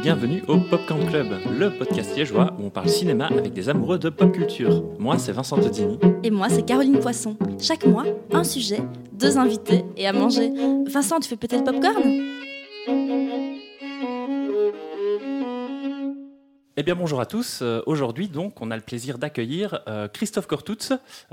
bienvenue au Popcorn Club, le podcast liégeois où on parle cinéma avec des amoureux de pop culture. Moi, c'est Vincent Todini. Et moi, c'est Caroline Poisson. Chaque mois, un sujet, 2 invités et à manger. Vincent, tu fais péter le popcorn ? Eh bien, bonjour à tous. Aujourd'hui, donc, on a le plaisir d'accueillir Christophe Cortouz,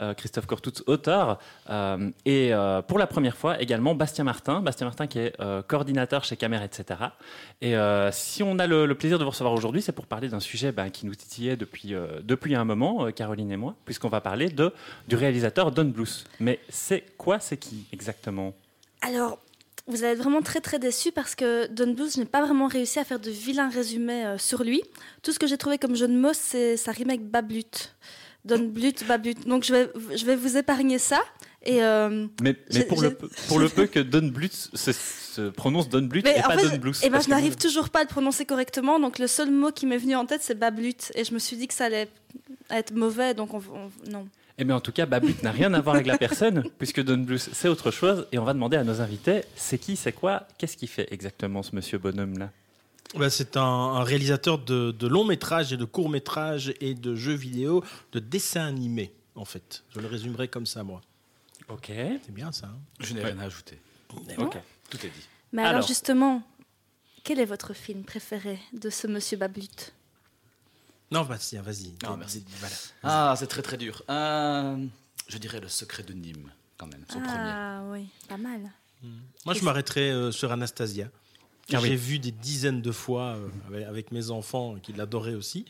auteur, et pour la première fois également Bastien Martin qui est coordinateur chez Caméra, etc. Et si on a le plaisir de vous recevoir aujourd'hui, c'est pour parler d'un sujet qui nous titillait depuis un moment, Caroline et moi, puisqu'on va parler du réalisateur Don Bluth. Mais c'est qui exactement ? Alors, vous allez être vraiment très très déçus parce que Don Bluth, je n'ai pas vraiment réussi à faire de vilains résumés sur lui. Tout ce que j'ai trouvé comme jeu de mots, ça rime avec Bablut. Don Bluth, Bablut. Donc je vais vous épargner ça. Et mais pour le peu que Don Bluth se prononce Don Bluth et pas Don Bluth. Je n'arrive toujours pas à le prononcer correctement. Donc le seul mot qui m'est venu en tête, c'est Bablut. Et je me suis dit que ça allait être mauvais, donc non. Eh bien, en tout cas, Bablut n'a rien à voir avec la personne, puisque Don Bluth, c'est autre chose. Et on va demander à nos invités, c'est qui, c'est quoi, qu'est-ce qu'il fait exactement, ce monsieur bonhomme-là ? C'est un réalisateur de longs métrages et de courts métrages et de jeux vidéo, de dessins animés, en fait. Je le résumerai comme ça, moi. Ok. C'est bien ça. Je n'ai rien à ajouter. Ok. Tout est dit. Mais alors justement, quel est votre film préféré de ce monsieur Bablut ? Non, Bastien, vas-y. Non, merci. Voilà. Ah, c'est très très dur. Je dirais Le Secret de Nîmes, quand même, son premier. Ah oui, pas mal. Moi, je m'arrêterai sur Anastasia. Ah oui. J'ai vu des dizaines de fois avec mes enfants qui l'adoraient aussi.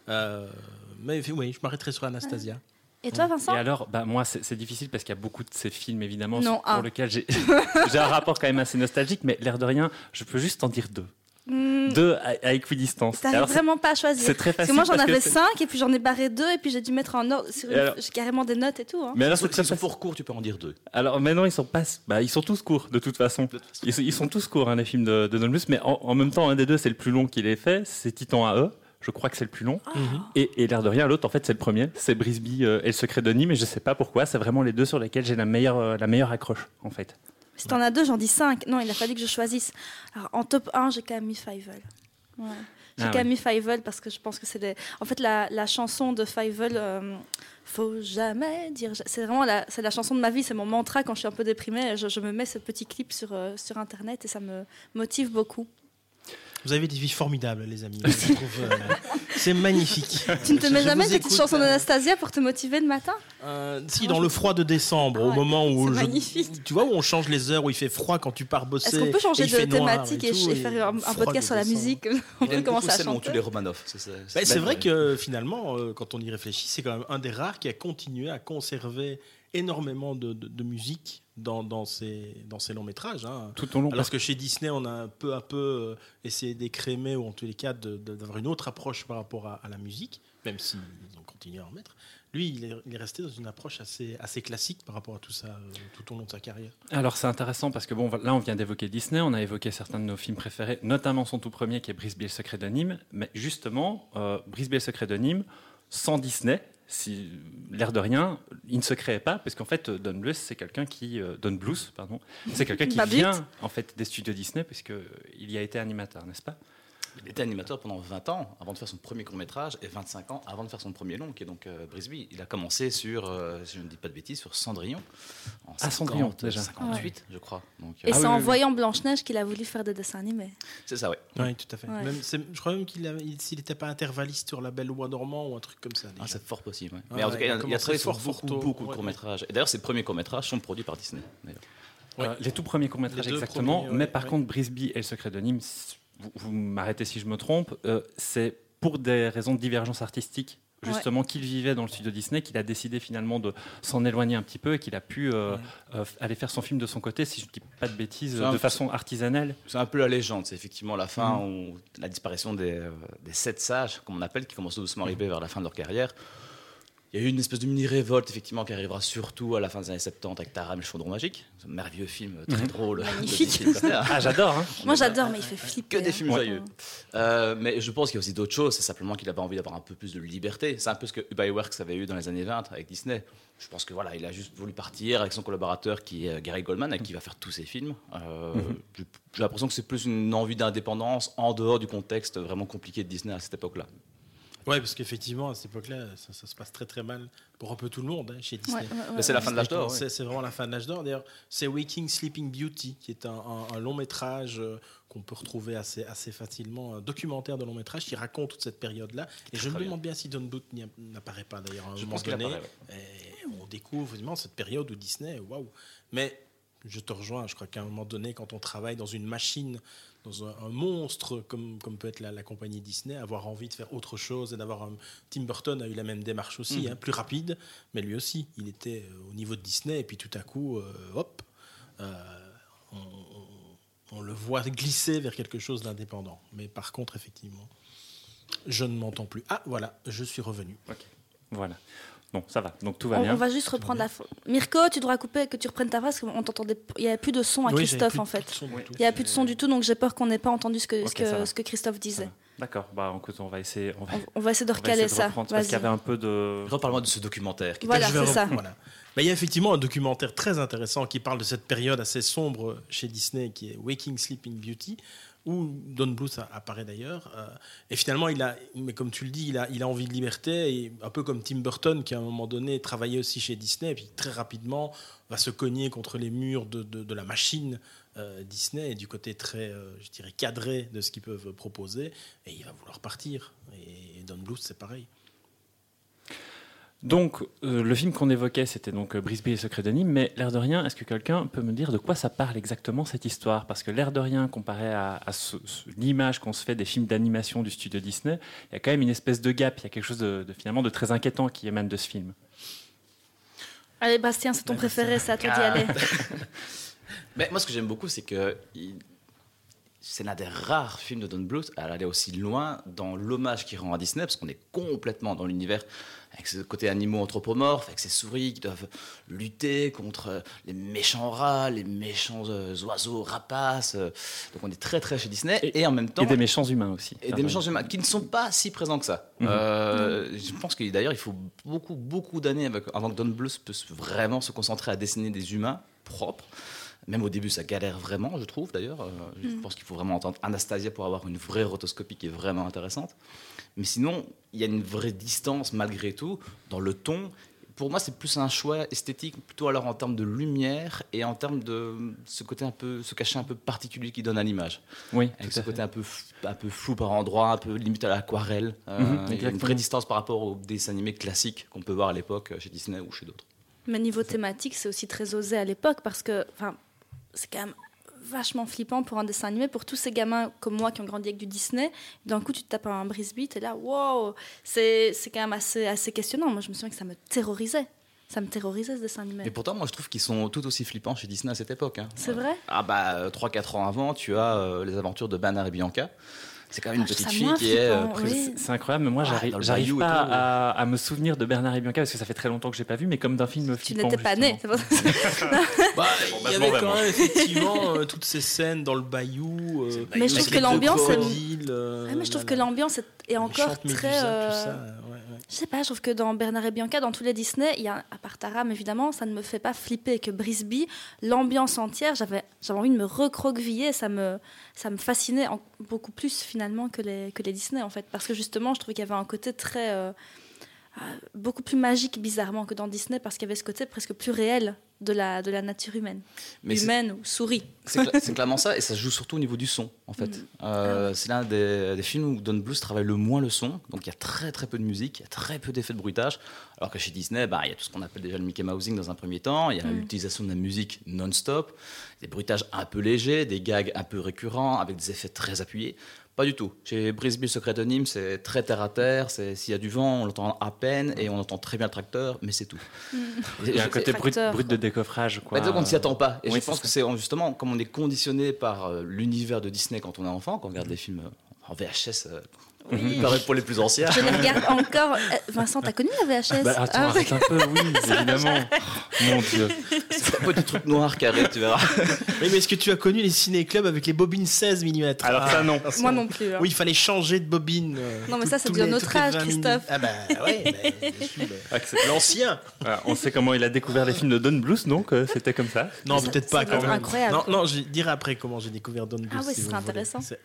Mais oui, je m'arrêterai sur Anastasia. Et toi, Vincent ? Et alors, moi, c'est difficile parce qu'il y a beaucoup de ces films, évidemment, Non, pour lesquels j'ai un rapport quand même assez nostalgique, mais l'air de rien, je peux juste en dire deux. Deux à équidistance. T'arrives vraiment pas à choisir. C'est très facile. Parce que moi, j'en avais 5 et puis j'en ai barré 2 et puis j'ai dû mettre en ordre. J'ai carrément des notes et tout. Hein. Mais alors, Si sont fort courts, tu peux en dire 2. Alors maintenant, ils sont tous courts de toute façon. Ils sont tous courts, les films de Don Bluth, mais en même temps, un des deux, c'est le plus long qu'il ait fait, c'est Titan AE. Je crois que c'est le plus long. Et l'air de rien, l'autre, en fait, c'est le premier. C'est Brisby et Le Secret de Nîmes, mais je sais pas pourquoi. C'est vraiment les deux sur lesquels j'ai la meilleure accroche, en fait. Si t'en as 2, j'en dis 5. Non, il a fallu que je choisisse. Alors, en top 1, j'ai quand même mis Fievel. Ouais. J'ai quand même mis Fievel parce que je pense que c'est En fait, la chanson de Fievel, faut jamais dire... C'est vraiment c'est la chanson de ma vie, c'est mon mantra quand je suis un peu déprimée. Je me mets ce petit clip sur Internet et ça me motive beaucoup. Vous avez des vies formidables, les amis. Je trouve, c'est magnifique. Tu ne te mets jamais cette petite chanson d'Anastasia pour te motiver le matin ? Si, dans le froid de décembre, au moment où magnifique. Tu vois, où on change les heures, où il fait froid quand tu pars bosser. Est-ce qu'on peut changer de thématique et et faire un podcast sur la musique ? On peut commencer à chanter. Les Romanov. C'est vrai que finalement, quand on y réfléchit, c'est quand même un des rares qui a continué à conserver énormément de musique dans ces longs métrages. Hein. Tout au long. Alors que chez Disney, on a peu à peu essayé d'écrémer, ou en tous les cas d'avoir une autre approche par rapport à la musique, même s'ils ont continué à en mettre. Lui, il est resté dans une approche assez classique par rapport à tout ça, tout au long de sa carrière. Alors c'est intéressant parce que là on vient d'évoquer Disney, on a évoqué certains de nos films préférés, notamment son tout premier qui est Brisby et le Secret de Nîmes, mais justement, Brisby et le Secret de Nîmes, sans Disney, si l'air de rien, il ne se créait pas, parce qu'en fait Don Bluth, c'est quelqu'un qui vient en fait des studios Disney, puisqu'il y a été animateur, n'est-ce pas ? Il était animateur pendant 20 ans avant de faire son premier court-métrage et 25 ans avant de faire son premier long, qui est donc Brisby. Il a commencé sur, si je ne dis pas de bêtises, sur Cendrillon. Cendrillon, déjà. 58, je crois. Donc, et c'est en voyant Blanche-Neige qu'il a voulu faire des dessins animés. C'est ça, oui. Oui, tout à fait. Ouais. Même, je crois même s'il n'était pas intervalliste sur La Belle au Bois dormant ou un truc comme ça. Déjà. C'est fort possible. Ouais. Mais en tout cas, il a travaillé sur beaucoup de courts-métrages. Et d'ailleurs, ses premiers courts-métrages sont produits par Disney. Les tout premiers courts-métrages, exactement. Mais par contre, Brisby et le Secret de Nîmes, vous m'arrêtez si je me trompe, c'est pour des raisons de divergence artistique, justement, qu'il vivait dans le studio Disney, qu'il a décidé finalement de s'en éloigner un petit peu et qu'il a pu aller faire son film de son côté, si je ne dis pas de bêtises, de façon artisanale. C'est un peu la légende, c'est effectivement la fin, où la disparition des 7 sages, comme on appelle, qui commencent doucement à arriver vers la fin de leur carrière. Il y a eu une espèce de mini-révolte, effectivement, qui arrivera surtout à la fin des années 70 avec Taram et le Chaudron Magique. Un merveilleux film très drôle. Magnifique. Ah, j'adore. Hein. Moi, j'adore, mais il fait flipper. Que des films hein. joyeux. Mais je pense qu'il y a aussi d'autres choses. C'est simplement qu'il avait envie d'avoir un peu plus de liberté. C'est un peu ce que Ub-Iwerks avait eu dans les années 20 avec Disney. Je pense que voilà, il a juste voulu partir avec son collaborateur qui est Gary Goldman, avec qui il va faire tous ses films. J'ai l'impression que c'est plus une envie d'indépendance en dehors du contexte vraiment compliqué de Disney à cette époque-là. Ouais, parce qu'effectivement, à cette époque-là, ça se passe très très mal pour un peu tout le monde chez Disney. Mais c'est la fin de l'âge d'or. C'est vraiment la fin de l'âge d'or. D'ailleurs, c'est Waking Sleeping Beauty, qui est un long métrage qu'on peut retrouver assez facilement, un documentaire de long métrage qui raconte toute cette période-là. Et je me demande bien si Don Bluth n'apparaît pas d'ailleurs à un moment donné. Et on découvre vraiment cette période où Disney, waouh. Mais je te rejoins, je crois qu'à un moment donné, quand on travaille dans une machine, dans un monstre comme peut être la compagnie Disney, avoir envie de faire autre chose et d'avoir Tim Burton a eu la même démarche aussi, plus rapide, mais lui aussi, il était au niveau de Disney et puis tout à coup, on le voit glisser vers quelque chose d'indépendant. Mais par contre, effectivement, je ne m'entends plus. Ah, voilà, je suis revenu. Okay. Voilà. Bon, ça va, donc tout va bien. On va juste reprendre la fin. Mirko, tu devras couper, que tu reprennes ta phrase, parce qu'on t'entendait. Il n'y avait plus de son à Christophe, en fait. Il n'y a plus de son du tout, donc j'ai peur qu'on n'ait pas entendu ce que Christophe disait. D'accord, écoute, on va essayer. On va essayer de recaler ça. Parce qu'il y avait un peu de. Reparle-moi de ce documentaire. Voilà, c'est ça. Voilà. Mais il y a effectivement un documentaire très intéressant qui parle de cette période assez sombre chez Disney, qui est Waking Sleeping Beauty, où Don Bluth apparaît d'ailleurs. Et finalement, mais comme tu le dis, il a envie de liberté, et un peu comme Tim Burton, qui à un moment donné travaillait aussi chez Disney, et puis très rapidement va se cogner contre les murs de la machine Disney, et du côté très, je dirais, cadré de ce qu'ils peuvent proposer, et il va vouloir partir. Et Don Bluth, c'est pareil. Donc, le film qu'on évoquait, c'était donc Brisby et le secret de Nîmes, mais l'air de rien, est-ce que quelqu'un peut me dire de quoi ça parle exactement cette histoire ? Parce que l'air de rien, comparé à l'image qu'on se fait des films d'animation du studio Disney, il y a quand même une espèce de gap, il y a quelque chose finalement de très inquiétant qui émane de ce film. Allez, Bastien, c'est ton préféré, c'est à toi d'y aller. Mais moi, ce que j'aime beaucoup, c'est que c'est l'un des rares films de Don Bluth à aller aussi loin dans l'hommage qu'il rend à Disney, parce qu'on est complètement dans l'univers avec ce côté animaux anthropomorphes, avec ces souris qui doivent lutter contre les méchants rats, les méchants oiseaux rapaces. Donc on est très très chez Disney, et en même temps... Et des méchants humains aussi. Et des méchants humains qui ne sont pas si présents que ça. Je pense que d'ailleurs il faut beaucoup d'années avant que Don Bluth puisse vraiment se concentrer à dessiner des humains propres. Même au début, ça galère vraiment, je trouve, d'ailleurs. Je pense qu'il faut vraiment entendre Anastasia pour avoir une vraie rotoscopie qui est vraiment intéressante. Mais sinon, il y a une vraie distance, malgré tout, dans le ton. Pour moi, c'est plus un choix esthétique, plutôt alors en termes de lumière et en termes de ce côté ce cachet un peu particulier qui donne à l'image. Oui, avec ce côté un peu flou par endroits, un peu limite à l'aquarelle. Il y a une vraie distance par rapport aux dessins animés classiques qu'on peut voir à l'époque chez Disney ou chez d'autres. Mais niveau thématique, c'est aussi très osé à l'époque, parce que... c'est quand même vachement flippant pour un dessin animé, pour tous ces gamins comme moi qui ont grandi avec du Disney. D'un coup, tu te tapes un Brisby, t'es là, wow, c'est quand même assez questionnant. Moi, je me souviens que ça me terrorisait. Ça me terrorisait, ce dessin animé. Mais pourtant, moi, je trouve qu'ils sont tout aussi flippants chez Disney à cette époque. C'est vrai ? 3-4 ans avant, tu as les aventures de Bernard et Bianca. C'est quand même une petite fille qui est... C'est incroyable, mais moi, j'arrive pas à me souvenir de Bernard et Bianca, parce que ça fait très longtemps que je n'ai pas vu, mais comme d'un film flippant. Tu n'étais pas né, c'est pour ça. Il y avait quand même effectivement toutes ces scènes dans le bayou. Mais je trouve que l'ambiance je trouve que l'ambiance est encore très... Je sais pas, je trouve que dans Bernard et Bianca, dans tous les Disney, il y a, à part Taram évidemment, ça ne me fait pas flipper, que Brisby, l'ambiance entière, j'avais envie de me recroqueviller, ça me fascinait beaucoup plus finalement que les Disney en fait, parce que justement je trouvais qu'il y avait un côté très beaucoup plus magique bizarrement que dans Disney, parce qu'il y avait ce côté presque plus réel de la nature humaine, ou souris. C'est clairement ça, et ça se joue surtout au niveau du son en fait. C'est l'un des films où Don Bluth travaille le moins le son, donc il y a très très peu de musique, il y a très peu d'effets de bruitage, alors que chez Disney, il y a tout ce qu'on appelle déjà le Mickey Mousing dans un premier temps, il y a l'utilisation de la musique non-stop, des bruitages un peu légers, des gags un peu récurrents avec des effets très appuyés. Pas du tout. Chez Brisby, le secret de Nîmes, c'est très terre à terre. S'il y a du vent, on l'entend à peine et on entend très bien le tracteur, mais c'est tout. Il y a un côté brut de décoffrage. Donc on ne s'y attend pas. Et je pense que c'est justement, comme on est conditionné par l'univers de Disney quand on est enfant, quand on regarde les films en VHS Oui. Pareil pour les plus anciens. Je les regarde encore. Vincent, t'as connu la VHS? Attends, arrête un peu, oui, évidemment. Mon Dieu. C'est un petit truc noir carré, tu verras. Oui, mais est-ce que tu as connu les ciné-clubs avec les bobines 16 mm? Alors ça, non. Moi non plus. Hein. Oui, il fallait changer de bobine. Non, mais ça, c'est tous de les- notre toutes les âge, 20 minutes. Christophe. Ah bah ouais, je suis l'ancien. Voilà, on sait comment il a découvert les films de Don Bluth, donc c'était comme ça. Non, Ça- peut-être ça pas doit quand être même. incroyable. Non, je dirai après comment j'ai découvert Don Bluth. Ah oui, si ce vous serait voulez. intéressant. C'est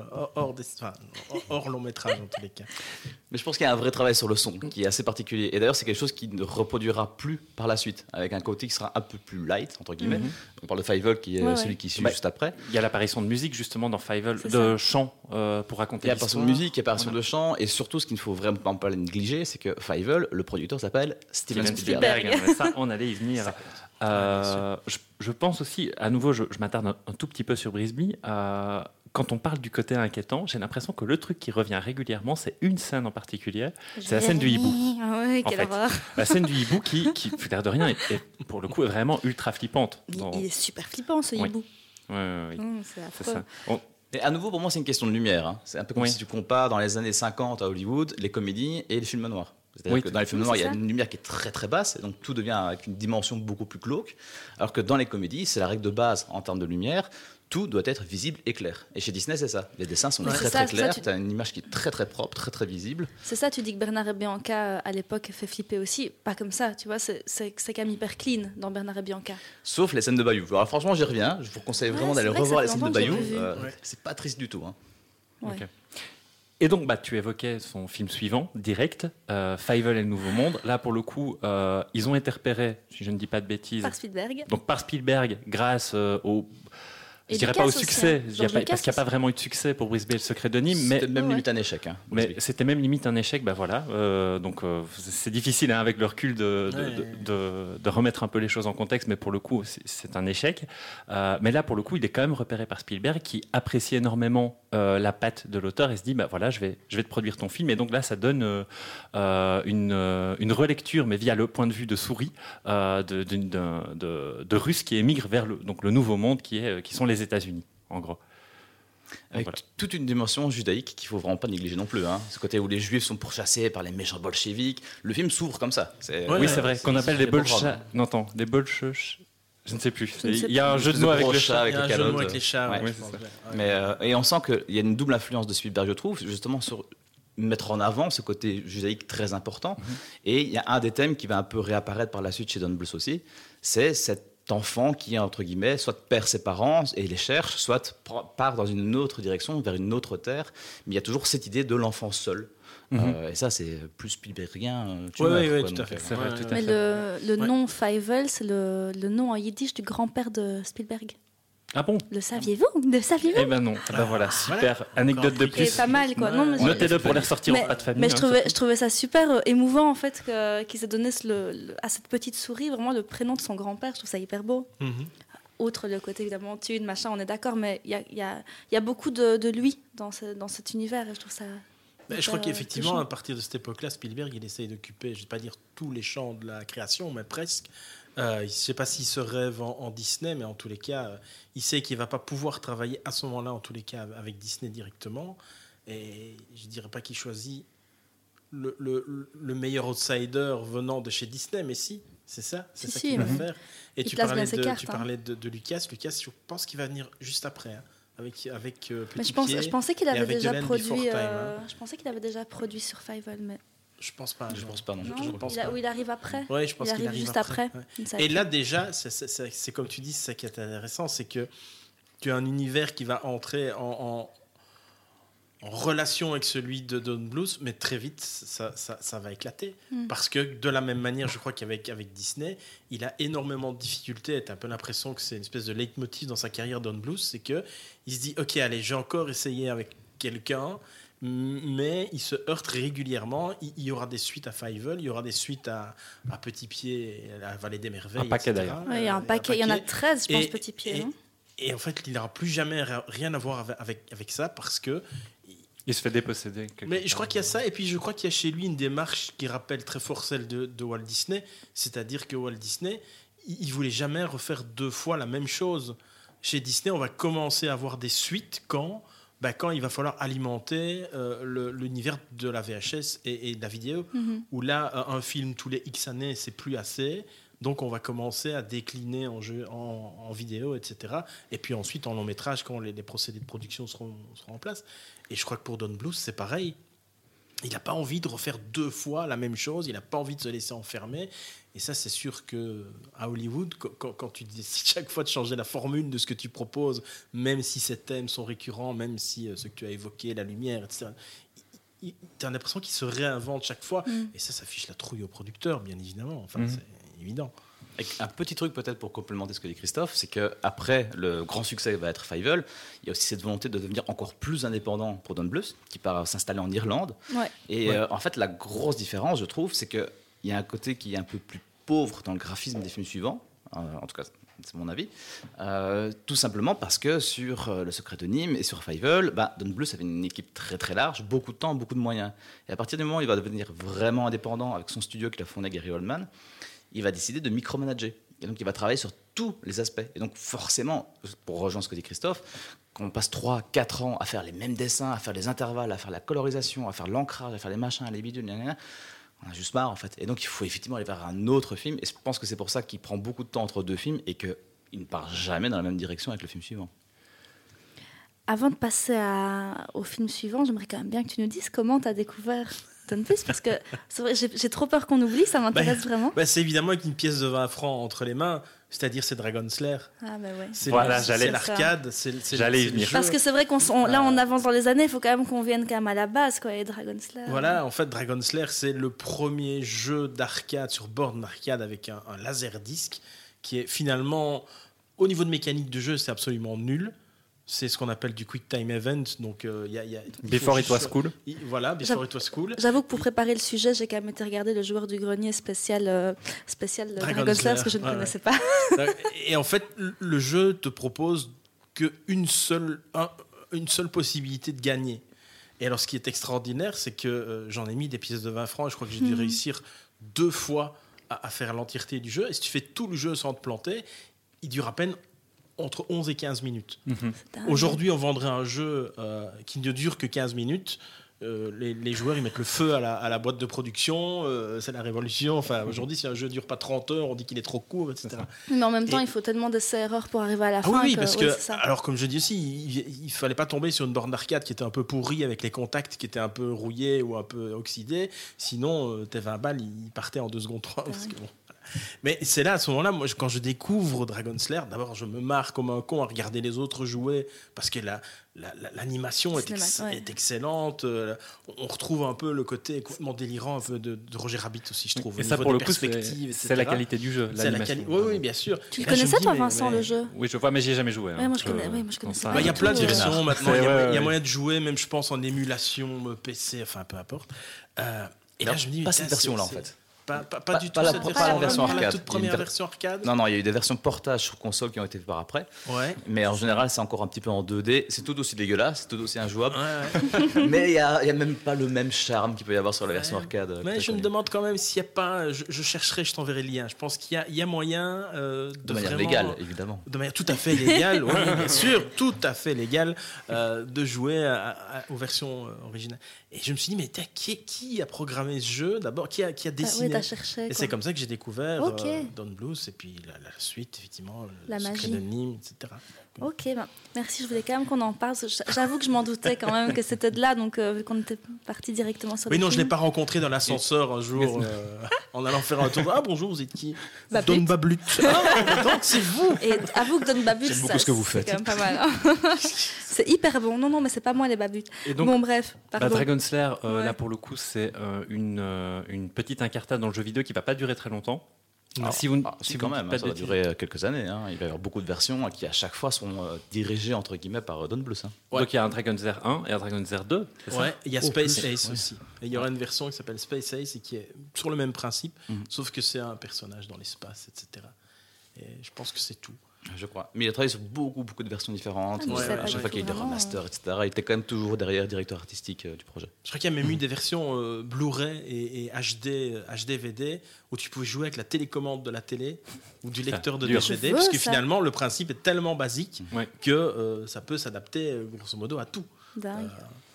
hors long métrage en tous les cas. Mais je pense qu'il y a un vrai travail sur le son qui est assez particulier. Et d'ailleurs, c'est quelque chose qui ne reproduira plus par la suite, avec un côté qui sera un peu plus light, entre guillemets. On parle de Fievel, qui est Ouais, celui ouais. qui suit Bah, juste après. Il y a l'apparition de musique, justement, dans Fievel, C'est de chant pour raconter Il y a l'apparition l'histoire. de musique, il y a l'apparition de chant, et surtout, ce qu'il ne faut vraiment pas négliger, c'est que Fievel, le producteur s'appelle Steven Steven Spielberg. Spielberg, mais ça, on allait y venir. Je pense aussi, à nouveau, je m'attarde un tout petit peu sur Brisby. Quand on parle du côté inquiétant, j'ai l'impression que le truc qui revient régulièrement, c'est une scène en particulier. C'est la scène du hibou. Ah oui, En quelle fait. horreur. La scène du hibou qui l'air de rien, est, pour le coup, est vraiment ultra flippante. Il est super flippant, ce Oui. hibou. Ouais, C'est c'est affreux. ça. On- Et à nouveau, pour moi, c'est une question de lumière. Hein. C'est un peu comme Oui. si tu compares dans les années 50 à Hollywood les comédies et les films noirs. C'est-à-dire Oui. que dans les films Oui, noirs, il c'est y a ça. une lumière qui est très très basse, et donc tout devient avec une dimension beaucoup plus glauque. Alors que dans les comédies, c'est la règle de base en termes de lumière, tout doit être visible et clair. Et chez Disney, c'est ça. Les dessins sont Mais très c'est très ça, clairs, tu- tu as une image qui est très très propre, très très visible. C'est ça, tu dis que Bernard et Bianca, à l'époque, fait flipper aussi. Pas comme ça, tu vois, c'est quand même hyper clean dans Bernard et Bianca. Sauf les scènes de Bayou. Alors franchement, j'y reviens. Je vous conseille vraiment Ouais, d'aller c'est vrai que revoir ça les fait scènes de longtemps que j'ai Bayou. pas vu. Ouais. C'est pas triste du tout. Hein. Ouais. Ok. Et donc, tu évoquais son film suivant, direct, Fievel et le Nouveau Monde. Là, pour le coup, ils ont été repérés, si je ne dis pas de bêtises, Par Spielberg. donc par Spielberg, grâce au... Je Et dirais Lucas pas au aussi, succès, hein. je dirais George pas- Lucas parce qu'il n'y a pas aussi. vraiment eu de succès pour Brisby et le secret de Nîmes, mais C'était même Ouais. limite un échec. Hein, mais Brisby. c'était même limite un échec, voilà. Donc c'est difficile hein, avec le recul de remettre un peu les choses en contexte, mais pour le coup c'est un échec. Mais là pour le coup il est quand même repéré par Spielberg qui apprécie énormément la patte de l'auteur et se dit voilà je vais te produire ton film et donc là ça donne une relecture mais via le point de vue de Souris de Russes qui émigrent vers le nouveau monde qui sont les États-Unis en gros. Avec Voilà. toute une dimension judaïque qu'il faut vraiment pas négliger non plus. Hein. Ce côté où les juifs sont pourchassés par les méchants bolcheviks. Le film s'ouvre comme ça. Ouais, Oui, c'est vrai, qu'on appelle des bolcheviks. bolchas. Non, attends, des bolches. Je ne sais plus. Je ne sais Il y a un plus. jeu de mots avec gros le chat chat. Il y a un les jeu de mots calottes. avec les chats. Ouais, ouais, c'est je pense, ça. ouais. Mais, et on sent qu'il y a une double influence de Spielberg, je trouve, justement sur mettre en avant ce côté judaïque très important. Et il y a un des thèmes qui va un peu réapparaître par la suite chez Don Bluth aussi, c'est cet enfant qui, entre guillemets, soit perd ses parents et les cherche, soit part dans une autre direction, vers une autre terre. Mais il y a toujours cette idée de l'enfant seul. Et ça, c'est plus Spielbergien. Tu Ouais, meurs, ouais, quoi, tout à donc, fait. C'est vrai, Ouais, tout à ouais. Mais fait. le Ouais. nom Fievel, c'est le nom en yiddish du grand-père de Spielberg. Ah bon Le saviez-vous? Le saviez-vous? Eh ben non. Ah ben voilà, super. Anecdote de Qui est plus. pas mal, quoi. Non, mais Notez-le pour les ressortir en pas de famille. mais hein, je trouvais ça super émouvant, en fait, qu'ils aient donné à cette petite souris vraiment le prénom de son grand-père. Je trouve ça hyper beau. Mhm. Outre le côté, évidemment, thune, machin, on est d'accord, mais il y a beaucoup de lui dans cet univers. Et je trouve ça... Mais je crois qu'effectivement, touchant. à partir de cette époque-là, Spielberg, il essaye d'occuper, je ne vais pas dire tous les champs de la création, mais presque. Je ne sais pas s'il se rêve en Disney, mais en tous les cas, il sait qu'il ne va pas pouvoir travailler à ce moment-là, en tous les cas, avec Disney directement. Et je ne dirais pas qu'il choisit le meilleur outsider venant de chez Disney, mais si, c'est ça, c'est Si, ça si, qu'il va mhm. faire. Et Il tu place parlais, bien ses cartes, tu hein. parlais de Lucas. Lucas, je pense qu'il va venir juste après, hein, avec Petit Mais je Pied. pensais qu'il avait avec déjà The Land Before produit. Time, hein. Je pensais qu'il avait déjà produit sur Fievel, mais Je pense pas. Je pense pas, non. non, je pense pas. où il arrive après. Ouais, je pense Il qu'il arrive arrive juste après. Ouais. Je ne savais Et pas. là, déjà, c'est comme tu dis, c'est ça qui est intéressant, c'est que tu as un univers qui va entrer en relation avec celui de Don Bluth, mais très vite, ça va éclater. Parce que de la même manière, je crois qu'avec Disney, il a énormément de difficultés. Et tu as un peu l'impression que c'est une espèce de leitmotiv dans sa carrière, Don Bluth, c'est qu'il se dit, OK, allez, j'ai encore essayé avec quelqu'un, mais il se heurte régulièrement. Il y aura des suites à Fievel, il y aura des suites à Petit Pied, à la Vallée des Merveilles. Un paquet, etc. d'ailleurs. Ouais, il y a un paquet. Il y en a 13, je pense, Petit Pied. hein. Et en fait, il n'aura plus jamais rien à voir avec ça parce que. Il se fait déposséder. Mais je crois qu'il y a ça, et puis je crois qu'il y a chez lui une démarche qui rappelle très fort celle de Walt Disney, c'est-à-dire que Walt Disney, il voulait jamais refaire deux fois la même chose. Chez Disney, on va commencer à avoir des suites quand quand il va falloir alimenter l'univers de la VHS et de la vidéo, où là, un film tous les X années, c'est plus assez. Donc, on va commencer à décliner en vidéo, etc. Et puis ensuite, en long métrage, quand les procédés de production seront en place. Et je crois que pour Don Bluth, c'est pareil. Il n'a pas envie de refaire 2 fois la même chose. Il n'a pas envie de se laisser enfermer. Et ça, c'est sûr qu'à Hollywood, quand tu décides chaque fois de changer la formule de ce que tu proposes, même si ces thèmes sont récurrents, même si ce que tu as évoqué, la lumière, etc., tu as l'impression qu'il se réinvente chaque fois. Et ça fiche la trouille au producteur, bien évidemment. Enfin, c'est évident. Et un petit truc peut-être pour complémenter ce que dit Christophe, c'est qu'après le grand succès va être Fievel, il y a aussi cette volonté de devenir encore plus indépendant pour Don Bluth, qui part s'installer en Irlande. Ouais. Et en fait, la grosse différence, je trouve, c'est qu'il y a un côté qui est un peu plus pauvre dans le graphisme des films suivants, en tout cas c'est mon avis, tout simplement parce que sur Le Secret de Nîmes et sur Fievel, Don Bluth avait une équipe très très large, beaucoup de temps, beaucoup de moyens. Et à partir du moment où il va devenir vraiment indépendant avec son studio qu'il a fondé, Gary Oldman, il va décider de micromanager. Et donc, il va travailler sur tous les aspects. Et donc, forcément, pour rejoindre ce que dit Christophe, quand on passe 3-4 ans à faire les mêmes dessins, à faire les intervalles, à faire la colorisation, à faire l'ancrage, à faire les machins, les bidules, on a juste marre, en fait. Et donc, il faut effectivement aller vers un autre film. Et je pense que c'est pour ça qu'il prend beaucoup de temps entre 2 films et qu'il ne part jamais dans la même direction avec le film suivant. Avant de passer au film suivant, j'aimerais quand même bien que tu nous dises comment tu as découvert Don Bluth, parce que c'est vrai, j'ai trop peur qu'on oublie, ça m'intéresse vraiment. C'est évidemment avec une pièce de 20 francs entre les mains, c'est-à-dire c'est Dragon Slayer. Ah ouais. C'est j'allais l'arcade, j'allais y venir. Parce que c'est vrai là on avance dans les années, il faut quand même qu'on vienne quand même à la base, quoi, et Dragon Slayer. Voilà, en fait Dragon Slayer c'est le premier jeu d'arcade sur borne d'arcade avec un laser disc qui est finalement, au niveau de mécanique de jeu, c'est absolument nul. C'est ce qu'on appelle du quick time event. Donc, Before it was cool. Voilà, Before it was cool. J'avoue que pour préparer le sujet, j'ai quand même été regarder le joueur du grenier spécial Dragon Slayer, parce que je ne connaissais pas. Et en fait, le jeu te propose qu'une seule possibilité de gagner. Et alors, ce qui est extraordinaire, c'est que j'en ai mis des pièces de 20 francs. Et je crois que j'ai dû réussir 2 fois à faire l'entièreté du jeu. Et si tu fais tout le jeu sans te planter, il dure à peine entre 11 et 15 minutes. Aujourd'hui, on vendrait un jeu qui ne dure que 15 minutes. Les joueurs, ils mettent le feu à la boîte de production. C'est la révolution. Enfin, aujourd'hui, si un jeu ne dure pas 30 heures, on dit qu'il est trop court, etc. Mais en même temps, il faut tellement d'essais-erreurs pour arriver à la fin. Oui, parce que, alors comme je dis aussi, il ne fallait pas tomber sur une borne d'arcade qui était un peu pourrie, avec les contacts qui étaient un peu rouillés ou un peu oxydés. Sinon, tes 20 balles, ils partaient en 2 secondes 3. Parce que, bon. Mais c'est là, à ce moment-là, moi, quand je découvre Dragon Slayer, d'abord, je me marre comme un con à regarder les autres jouer, parce que l'animation est excellente. On retrouve un peu le côté complètement délirant un peu de Roger Rabbit aussi, je trouve. Et ça, pour le coup, c'est la qualité du jeu. Oui, bien sûr. Tu connaissais, toi, Vincent, le jeu? Oui, je vois, mais j'y ai jamais joué. Moi, je connais. Il y a plein de versions maintenant. Il y a moyen de jouer, même, je pense, en émulation PC, enfin, peu importe. Et là, je me dis, pas cette version-là, en fait. Pas du tout la version arcade. La toute première version arcade. Non, il y a eu des versions portage sur console qui ont été faites par après. Ouais. Mais en général, c'est encore un petit peu en 2D. C'est tout aussi dégueulasse, c'est tout aussi injouable. Mais il y a même pas le même charme qu'il peut y avoir sur la version arcade. Mais je me demande quand même s'il n'y a pas. Je chercherai, je t'enverrai le lien. Je pense qu'il y a moyen de manière légale, évidemment. De manière tout à fait légale, oui, bien sûr, tout à fait légale, de jouer aux versions originales. Et je me suis dit, mais qui a programmé ce jeu d'abord, qui a dessiné cherché, et c'est comme ça que j'ai découvert Don Bluth et puis la suite, effectivement, le Secret de Nîmes, etc. Ok, merci, je voulais quand même qu'on en parle. J'avoue que je m'en doutais quand même que c'était de là, donc vu qu'on était parti directement sur Oui, non, je ne l'ai pas rencontré dans l'ascenseur un jour en allant faire un tour. Ah bonjour, vous êtes qui? Don Bluth. Donc c'est vous. Et avoue que Don Bluth, j'aime beaucoup ce que vous faites. C'est quand même pas mal. Hein. C'est hyper bon. Non, mais c'est pas moi les babuts. Bon, bref. Dragon Slayer, là pour le coup, c'est une petite incartade dans le jeu vidéo qui va pas durer très longtemps. Si quand même, ça va durer quelques années. Il va y avoir beaucoup de versions qui à chaque fois sont dirigées entre guillemets par Don Bluth. Donc il y a un Dragon Slayer 1 et un Dragon Slayer 2. Ouais, il y a Space Ace aussi. Et il y aura une version qui s'appelle Space Ace et qui est sur le même principe, sauf que c'est un personnage dans l'espace, etc. Et je pense que c'est tout. Je crois. Mais il a travaillé sur beaucoup de versions différentes. À chaque fois qu'il y a eu des remasters, etc. Il était quand même toujours derrière directeur artistique du projet. Je crois qu'il y a même eu des versions Blu-ray et HDVD où tu pouvais jouer avec la télécommande de la télé ou du lecteur de DVD, parce que finalement le principe est tellement basique que ça peut s'adapter grosso modo à tout. Dingue.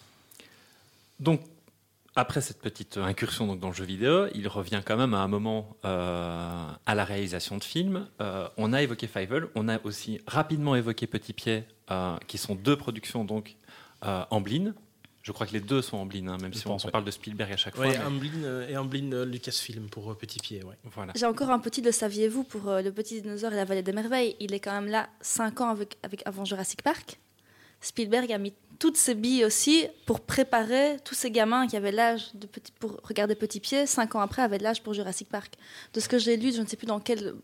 Donc, après cette petite incursion donc, dans le jeu vidéo, il revient quand même à un moment à la réalisation de films. On a évoqué Fievel, on a aussi rapidement évoqué Petit Pied, qui sont 2 productions donc Amblin. Je crois que les 2 sont Amblin, hein, même si on parle de Spielberg à chaque fois. Oui, Amblin et Amblin Lucasfilm pour Petit Pied. Ouais. Voilà. J'ai encore un petit, le saviez-vous, pour Le Petit Dinosaure et la Vallée des Merveilles. Il est quand même là 5 ans avant Jurassic Park. Spielberg a mis toutes ses billes aussi pour préparer tous ces gamins qui avaient l'âge pour regarder Petit Pied, 5 ans après avaient l'âge pour Jurassic Park. De ce que j'ai lu, je ne sais plus dans quel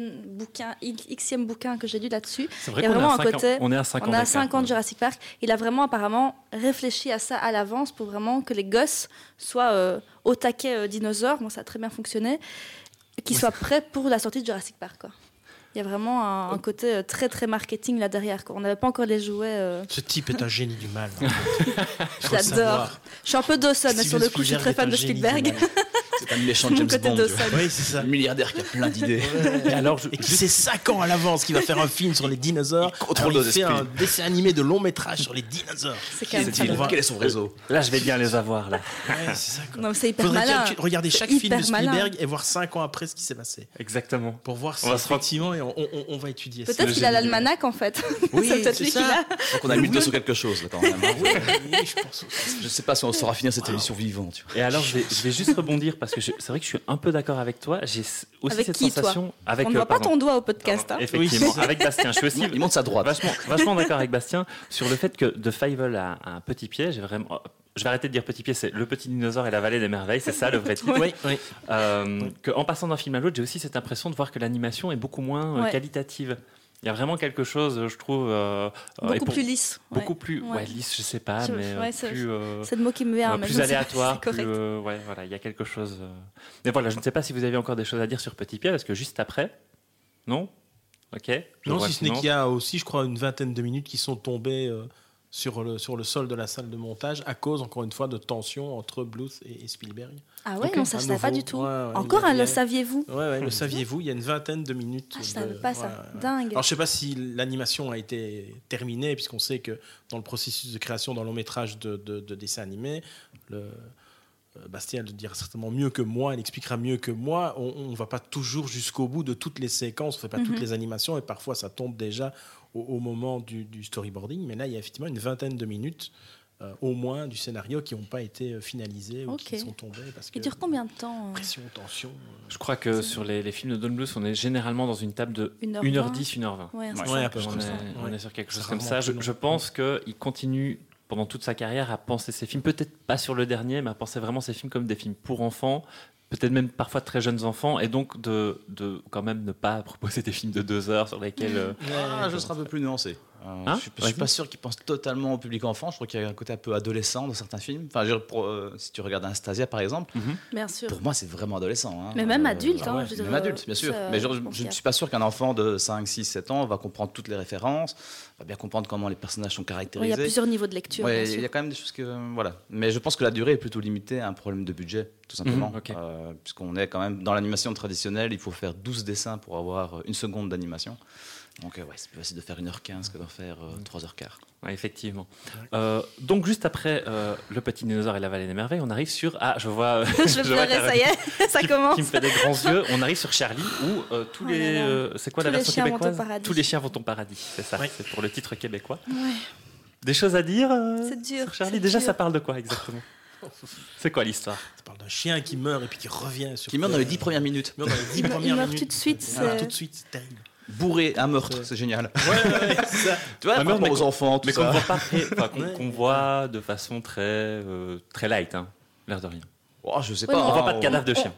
xème bouquin que j'ai lu là-dessus. C'est vrai il y a qu'on vraiment un côté, on est à 5 ans. On est à 5 ans de Jurassic Park. Il a vraiment apparemment réfléchi à ça à l'avance pour vraiment que les gosses soient au taquet dinosaures. Bon, ça a très bien fonctionné. Qu'ils soient prêts pour la sortie de Jurassic Park, quoi. Il y a vraiment un côté très très marketing là derrière, quoi. On n'avait pas encore les jouets. Ce type est un génie du mal. Je l'adore. Je suis un peu Dawson, mais sur le coup, je suis très fan de Spielberg. C'est un méchant James Bond. Oui, c'est ça. Un milliardaire qui a plein d'idées. Et qui sait 5 ans à l'avance qu'il va faire un film sur les dinosaures. Il fait un dessin animé de long métrage sur les dinosaures. C'est quand même Quel est son réseau? Là, je vais bien les avoir. Là. Ouais, c'est ça, quoi. Non, c'est hyper malin. Regarder chaque film de Spielberg et voir 5 ans après ce qui s'est passé. Exactement. Pour voir si effectivement, on va étudier ça. Peut-être qu'il a l'almanach en fait. Oui, c'est ça. Donc on a mis le doigt sur quelque chose là, quand même. Oui, je pense. Je sais pas si on saura finir cette émission vivant. Tu vois. Et alors, je vais juste rebondir parce que c'est vrai que je suis un peu d'accord avec toi. J'ai aussi Avec cette qui, sensation. On ne voit pas ton doigt au podcast. Hein. Effectivement, avec Bastien. Je suis aussi Il monte sa droite. vachement d'accord avec Bastien sur le fait que de Fievel à un Petit Pied, j'ai vraiment. Je vais arrêter de dire Petit Pied, c'est Le Petit Dinosaure et la Vallée des Merveilles, c'est ça le vrai titre. Oui. Qu'en passant d'un film à l'autre, j'ai aussi cette impression de voir que l'animation est beaucoup moins qualitative. Il y a vraiment quelque chose, je trouve. Beaucoup plus lisse. Beaucoup plus. Ouais, lisse, je sais pas, mais plus. C'est le mot qui me vient. Plus aléatoire. Ouais, voilà, il y a quelque chose. Mais voilà, je ne sais pas si vous avez encore des choses à dire sur Petit Pied, parce que juste après. Non ? Ok. Non, si ce n'est qu'il y a aussi, je crois, une vingtaine de minutes qui sont tombées sur le sol de la salle de montage à cause, encore une fois, de tensions entre Bluth et Spielberg. Ah ouais, non, ça je ne savais pas du tout. Ouais, encore le saviez-vous ? Ouais, le saviez-vous, il y a une vingtaine de minutes. Ah, je ne savais pas ça. Dingue. Alors, je ne sais pas si l'animation a été terminée, puisqu'on sait que dans le processus de création d'un long métrage de dessin animé, Bastien le dira certainement mieux que moi, il expliquera mieux que moi, on ne va pas toujours jusqu'au bout de toutes les séquences, on ne fait pas toutes les animations, et parfois ça tombe déjà au moment du storyboarding, mais là il y a effectivement une vingtaine de minutes au moins du scénario qui n'ont pas été finalisés ou qui sont tombés. Parce que il dure combien de temps pression, tension. Je crois que sur les films de Don Bluth, on est généralement dans une table de 1h10, 1h20. On est sur quelque chose comme ça. Je pense qu'il continue pendant toute sa carrière à penser ses films, peut-être pas sur le dernier, mais à penser vraiment ses films comme des films pour enfants, peut-être même parfois de très jeunes enfants, et donc de quand même ne pas proposer des films de 2 heures sur lesquels... je serai un peu plus nuancé. Je suis pas sûr qu'il pense totalement au public enfant. Je crois qu'il y a un côté un peu adolescent dans certains films. Enfin, si tu regardes Anastasia par exemple, bien sûr. Pour moi c'est vraiment adolescent. Mais même adulte. Même adulte, bien sûr. Mais je ne suis pas sûr qu'un enfant de 5, 6, 7 ans va comprendre toutes les références, va bien comprendre comment les personnages sont caractérisés. Il y a plusieurs niveaux de lecture. Il y a quand même des choses que... Voilà. Mais je pense que la durée est plutôt limitée à un problème de budget, tout simplement. Puisqu'on est quand même dans l'animation traditionnelle, il faut faire 12 dessins pour avoir 1 seconde d'animation. Donc c'est plus facile de faire 1h15 que d'en faire 3h15. Ouais, effectivement. Donc juste après Le Petit Dinosaure et la Vallée des Merveilles, on arrive sur... Ah, je vois... je vais pleurer, ça y est, ça commence. Qui me fait des grands yeux. On arrive sur Charlie, où tous les... c'est quoi la version québécoise ? Tous les chiens vont au paradis, c'est ça, c'est pour le titre québécois. Ouais. Des choses à dire c'est dur, sur Charlie ? Déjà, ça parle de quoi exactement ? C'est quoi l'histoire ? Ça parle d'un chien qui meurt et puis qui revient sur... Qui meurt dans les 10 premières minutes. Il meurt tout de suite. C'est terrible. Bourré, un meurtre, c'est génial. Ouais, c'est ça. Tu vois, par rapport aux enfants, tout ça. Qu'on voit de façon très light, hein, l'air de rien. Oh, je sais pas. On voit pas de cadavre de chien.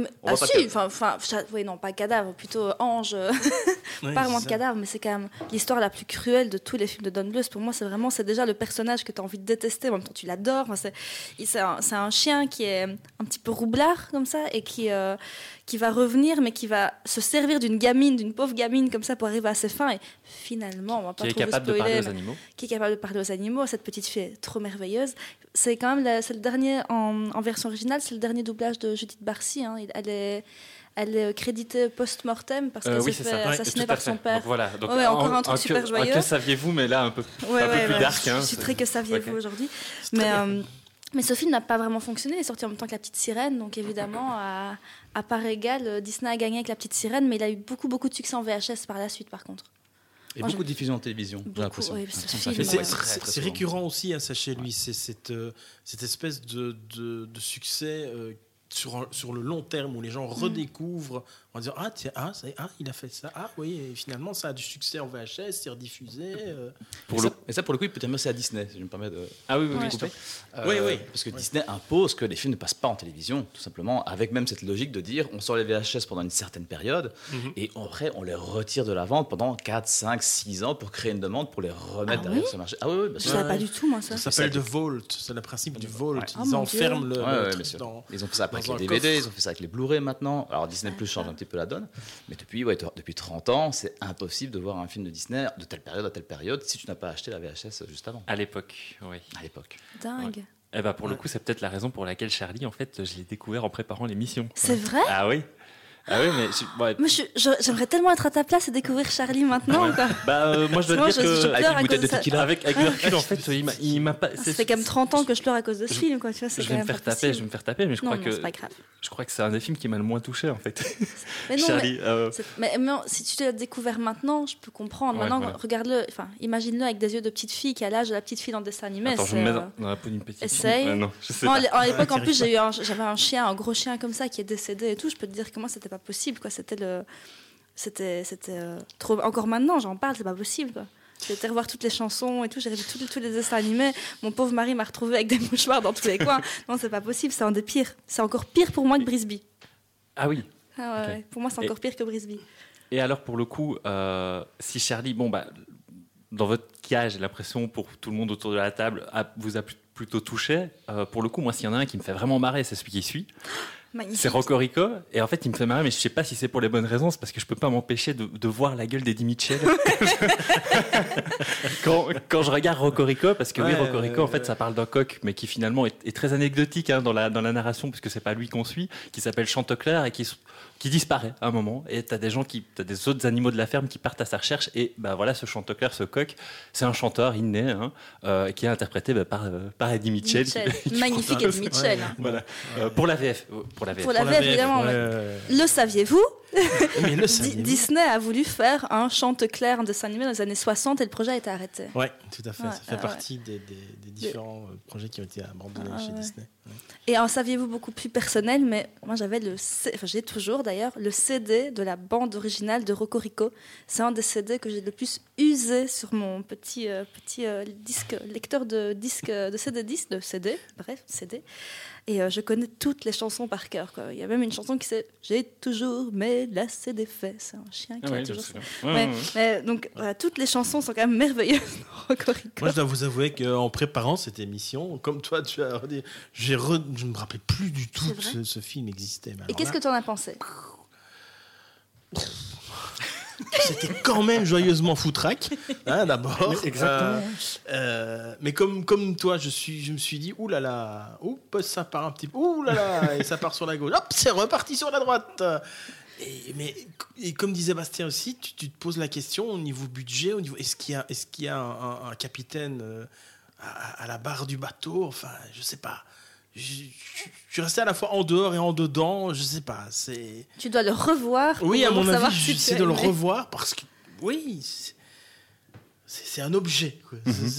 Non, pas cadavre, plutôt ange. Pas vraiment de cadavre, mais c'est quand même l'histoire la plus cruelle de tous les films de Don Bluth. Pour moi, c'est déjà le personnage que tu as envie de détester, en même temps tu l'adores. C'est un chien qui est un petit peu roublard comme ça et qui va revenir, mais qui va se servir d'une pauvre gamine comme ça pour arriver à ses fins. Et finalement, on va pas trop capable spoiler, de parler aux animaux. Qui est capable de parler aux animaux. Cette petite fille est trop merveilleuse. C'est quand même c'est le dernier en version originale. original, c'est le dernier doublage de Judith Barcy. Hein. Elle est créditée post-mortem parce qu'elle s'est fait assassiner par son père. Donc, voilà. Donc, encore un truc super joyeux. Que saviez-vous, mais là, un peu plus dark. Je suis très que saviez-vous aujourd'hui. Mais ce film n'a pas vraiment fonctionné. Il est sorti en même temps que La Petite Sirène. Donc évidemment, à part égale, Disney a gagné avec La Petite Sirène, mais il a eu beaucoup de succès en VHS par la suite, par contre. Et beaucoup de diffusion en télévision, j'ai l'impression. Oui, c'est récurrent aussi, ça chez lui. C'est cette espèce de succès sur le long terme où les gens redécouvrent en disant il a fait ça, oui, et finalement ça a du succès en VHS, c'est rediffusé. Et ça pour le coup il peut être merci à Disney, si je me permets de oui. Parce que Disney impose que les films ne passent pas en télévision, tout simplement, avec même cette logique de dire on sort les VHS pendant une certaine période et après on les retire de la vente pendant 4, 5, 6 ans pour créer une demande pour les remettre derrière ce marché. Je ne savais pas du tout, moi, ça. Ça s'appelle The Vault, c'est le principe du Vault. Ils enferment le truc dans... Ils ont fait ça avec les DVD, ils ont fait ça avec les Blu-ray maintenant. Alors Disney Plus change un petit peu la donne, mais depuis 30 ans, c'est impossible de voir un film de Disney de telle période à telle période si tu n'as pas acheté la VHS juste avant. À l'époque, oui. À l'époque. Dingue. Ouais. Eh ben pour le coup, c'est peut-être la raison pour laquelle Charlie, en fait, je l'ai découvert en préparant l'émission. C'est vrai ? Ah oui. Ah oui, mais moi, j'aimerais tellement être à ta place et découvrir Charlie maintenant. Quoi. Moi, je dois dire que avec une bouteille de tequila, avec le recul, en fait, il m'a pas. Ça fait quand même 30 ans que je pleure à cause de ce film, quoi. Tu vois, je vais me faire taper, mais je crois que c'est pas grave. Je crois que c'est un des films qui m'a le moins touché, en fait. Mais non, Charlie. Mais si tu l'as découvert maintenant, je peux comprendre. Ouais, maintenant, regarde-le, imagine-le avec des yeux de petite fille qui a l'âge de la petite fille dans le dessin animé. Attends, je me mets dans la peau d'une petite Essaye. fille. Non, je sais pas. À l'époque, en plus, j'avais un chien, un gros chien comme ça qui est décédé et tout. Je peux te dire que moi, c'était pas possible, quoi. C'était trop. Encore maintenant, j'en parle, c'est pas possible, quoi. J'ai été revoir toutes les chansons et tout, j'ai revu tous les dessins animés. Mon pauvre mari m'a retrouvée avec des mouchoirs dans tous les coins. Non, c'est pas possible, c'est un des pires. C'est encore pire pour moi que Brisby. Ah oui. Ah ouais, Okay. Pour moi, c'est encore pire que Brisby. Et alors, pour le coup, si Charlie, dans votre cas, j'ai l'impression, pour tout le monde autour de la table, vous a plutôt touché. Pour le coup, moi, s'il y en a un qui me fait vraiment marrer, c'est celui qui suit. Magnifique. C'est Rocco-Rico, et en fait il me fait marrer, mais je sais pas si c'est pour les bonnes raisons, c'est parce que je peux pas m'empêcher de voir la gueule d'Eddie Mitchell quand je regarde Rocco-Rico, parce que Rocco-Rico en fait ça parle d'un coq, mais qui finalement est très anecdotique dans la narration, puisque c'est pas lui qu'on suit, qui s'appelle Chantecler et qui disparaît à un moment, et t'as des autres animaux de la ferme qui partent à sa recherche, et voilà, ce Chantecler, ce coq, c'est un chanteur inné, qui est interprété par Eddie Mitchell. Magnifique Eddie Mitchell. Voilà. Pour la VF. Pour la VF, évidemment. Le saviez-vous ? Mais Disney a voulu faire un Chantecler en dessin animé dans les années 60 et le projet a été arrêté. Oui, tout à fait. Ça fait partie des différents projets qui ont été abandonnés chez Disney. Ouais. Et en saviez-vous beaucoup plus personnel, mais moi j'ai toujours d'ailleurs le CD de la bande originale de Rocco-Rico. C'est un des CD que j'ai le plus usé sur mon petit disque, lecteur de disque, de CD. Et je connais toutes les chansons par cœur, quoi. Il y a même une chanson qui c'est « J'ai toujours mes lacets des fesses ». C'est un chien qui a toujours ça. Mais donc, voilà, toutes les chansons sont quand même merveilleuses dans Rocco-Rico. Moi, je dois vous avouer qu'en préparant cette émission, comme toi, tu as dit, je ne me rappelais plus du tout que ce film existait. Et qu'est-ce que tu en as pensé ? C'était quand même joyeusement foutraque, d'abord. Exactement. Mais comme toi, je me suis dit, oulala, ça part un petit peu, oulala, et ça part sur la gauche, hop, c'est reparti sur la droite. Et comme disait Bastien aussi, tu te poses la question au niveau budget, est-ce qu'il y a un capitaine à la barre du bateau ? Enfin, je sais pas. Je suis resté à la fois en dehors et en dedans, je sais pas. Tu dois le revoir. Oui, à mon avis, j'essaie de le revoir parce que c'est un objet. Quoi.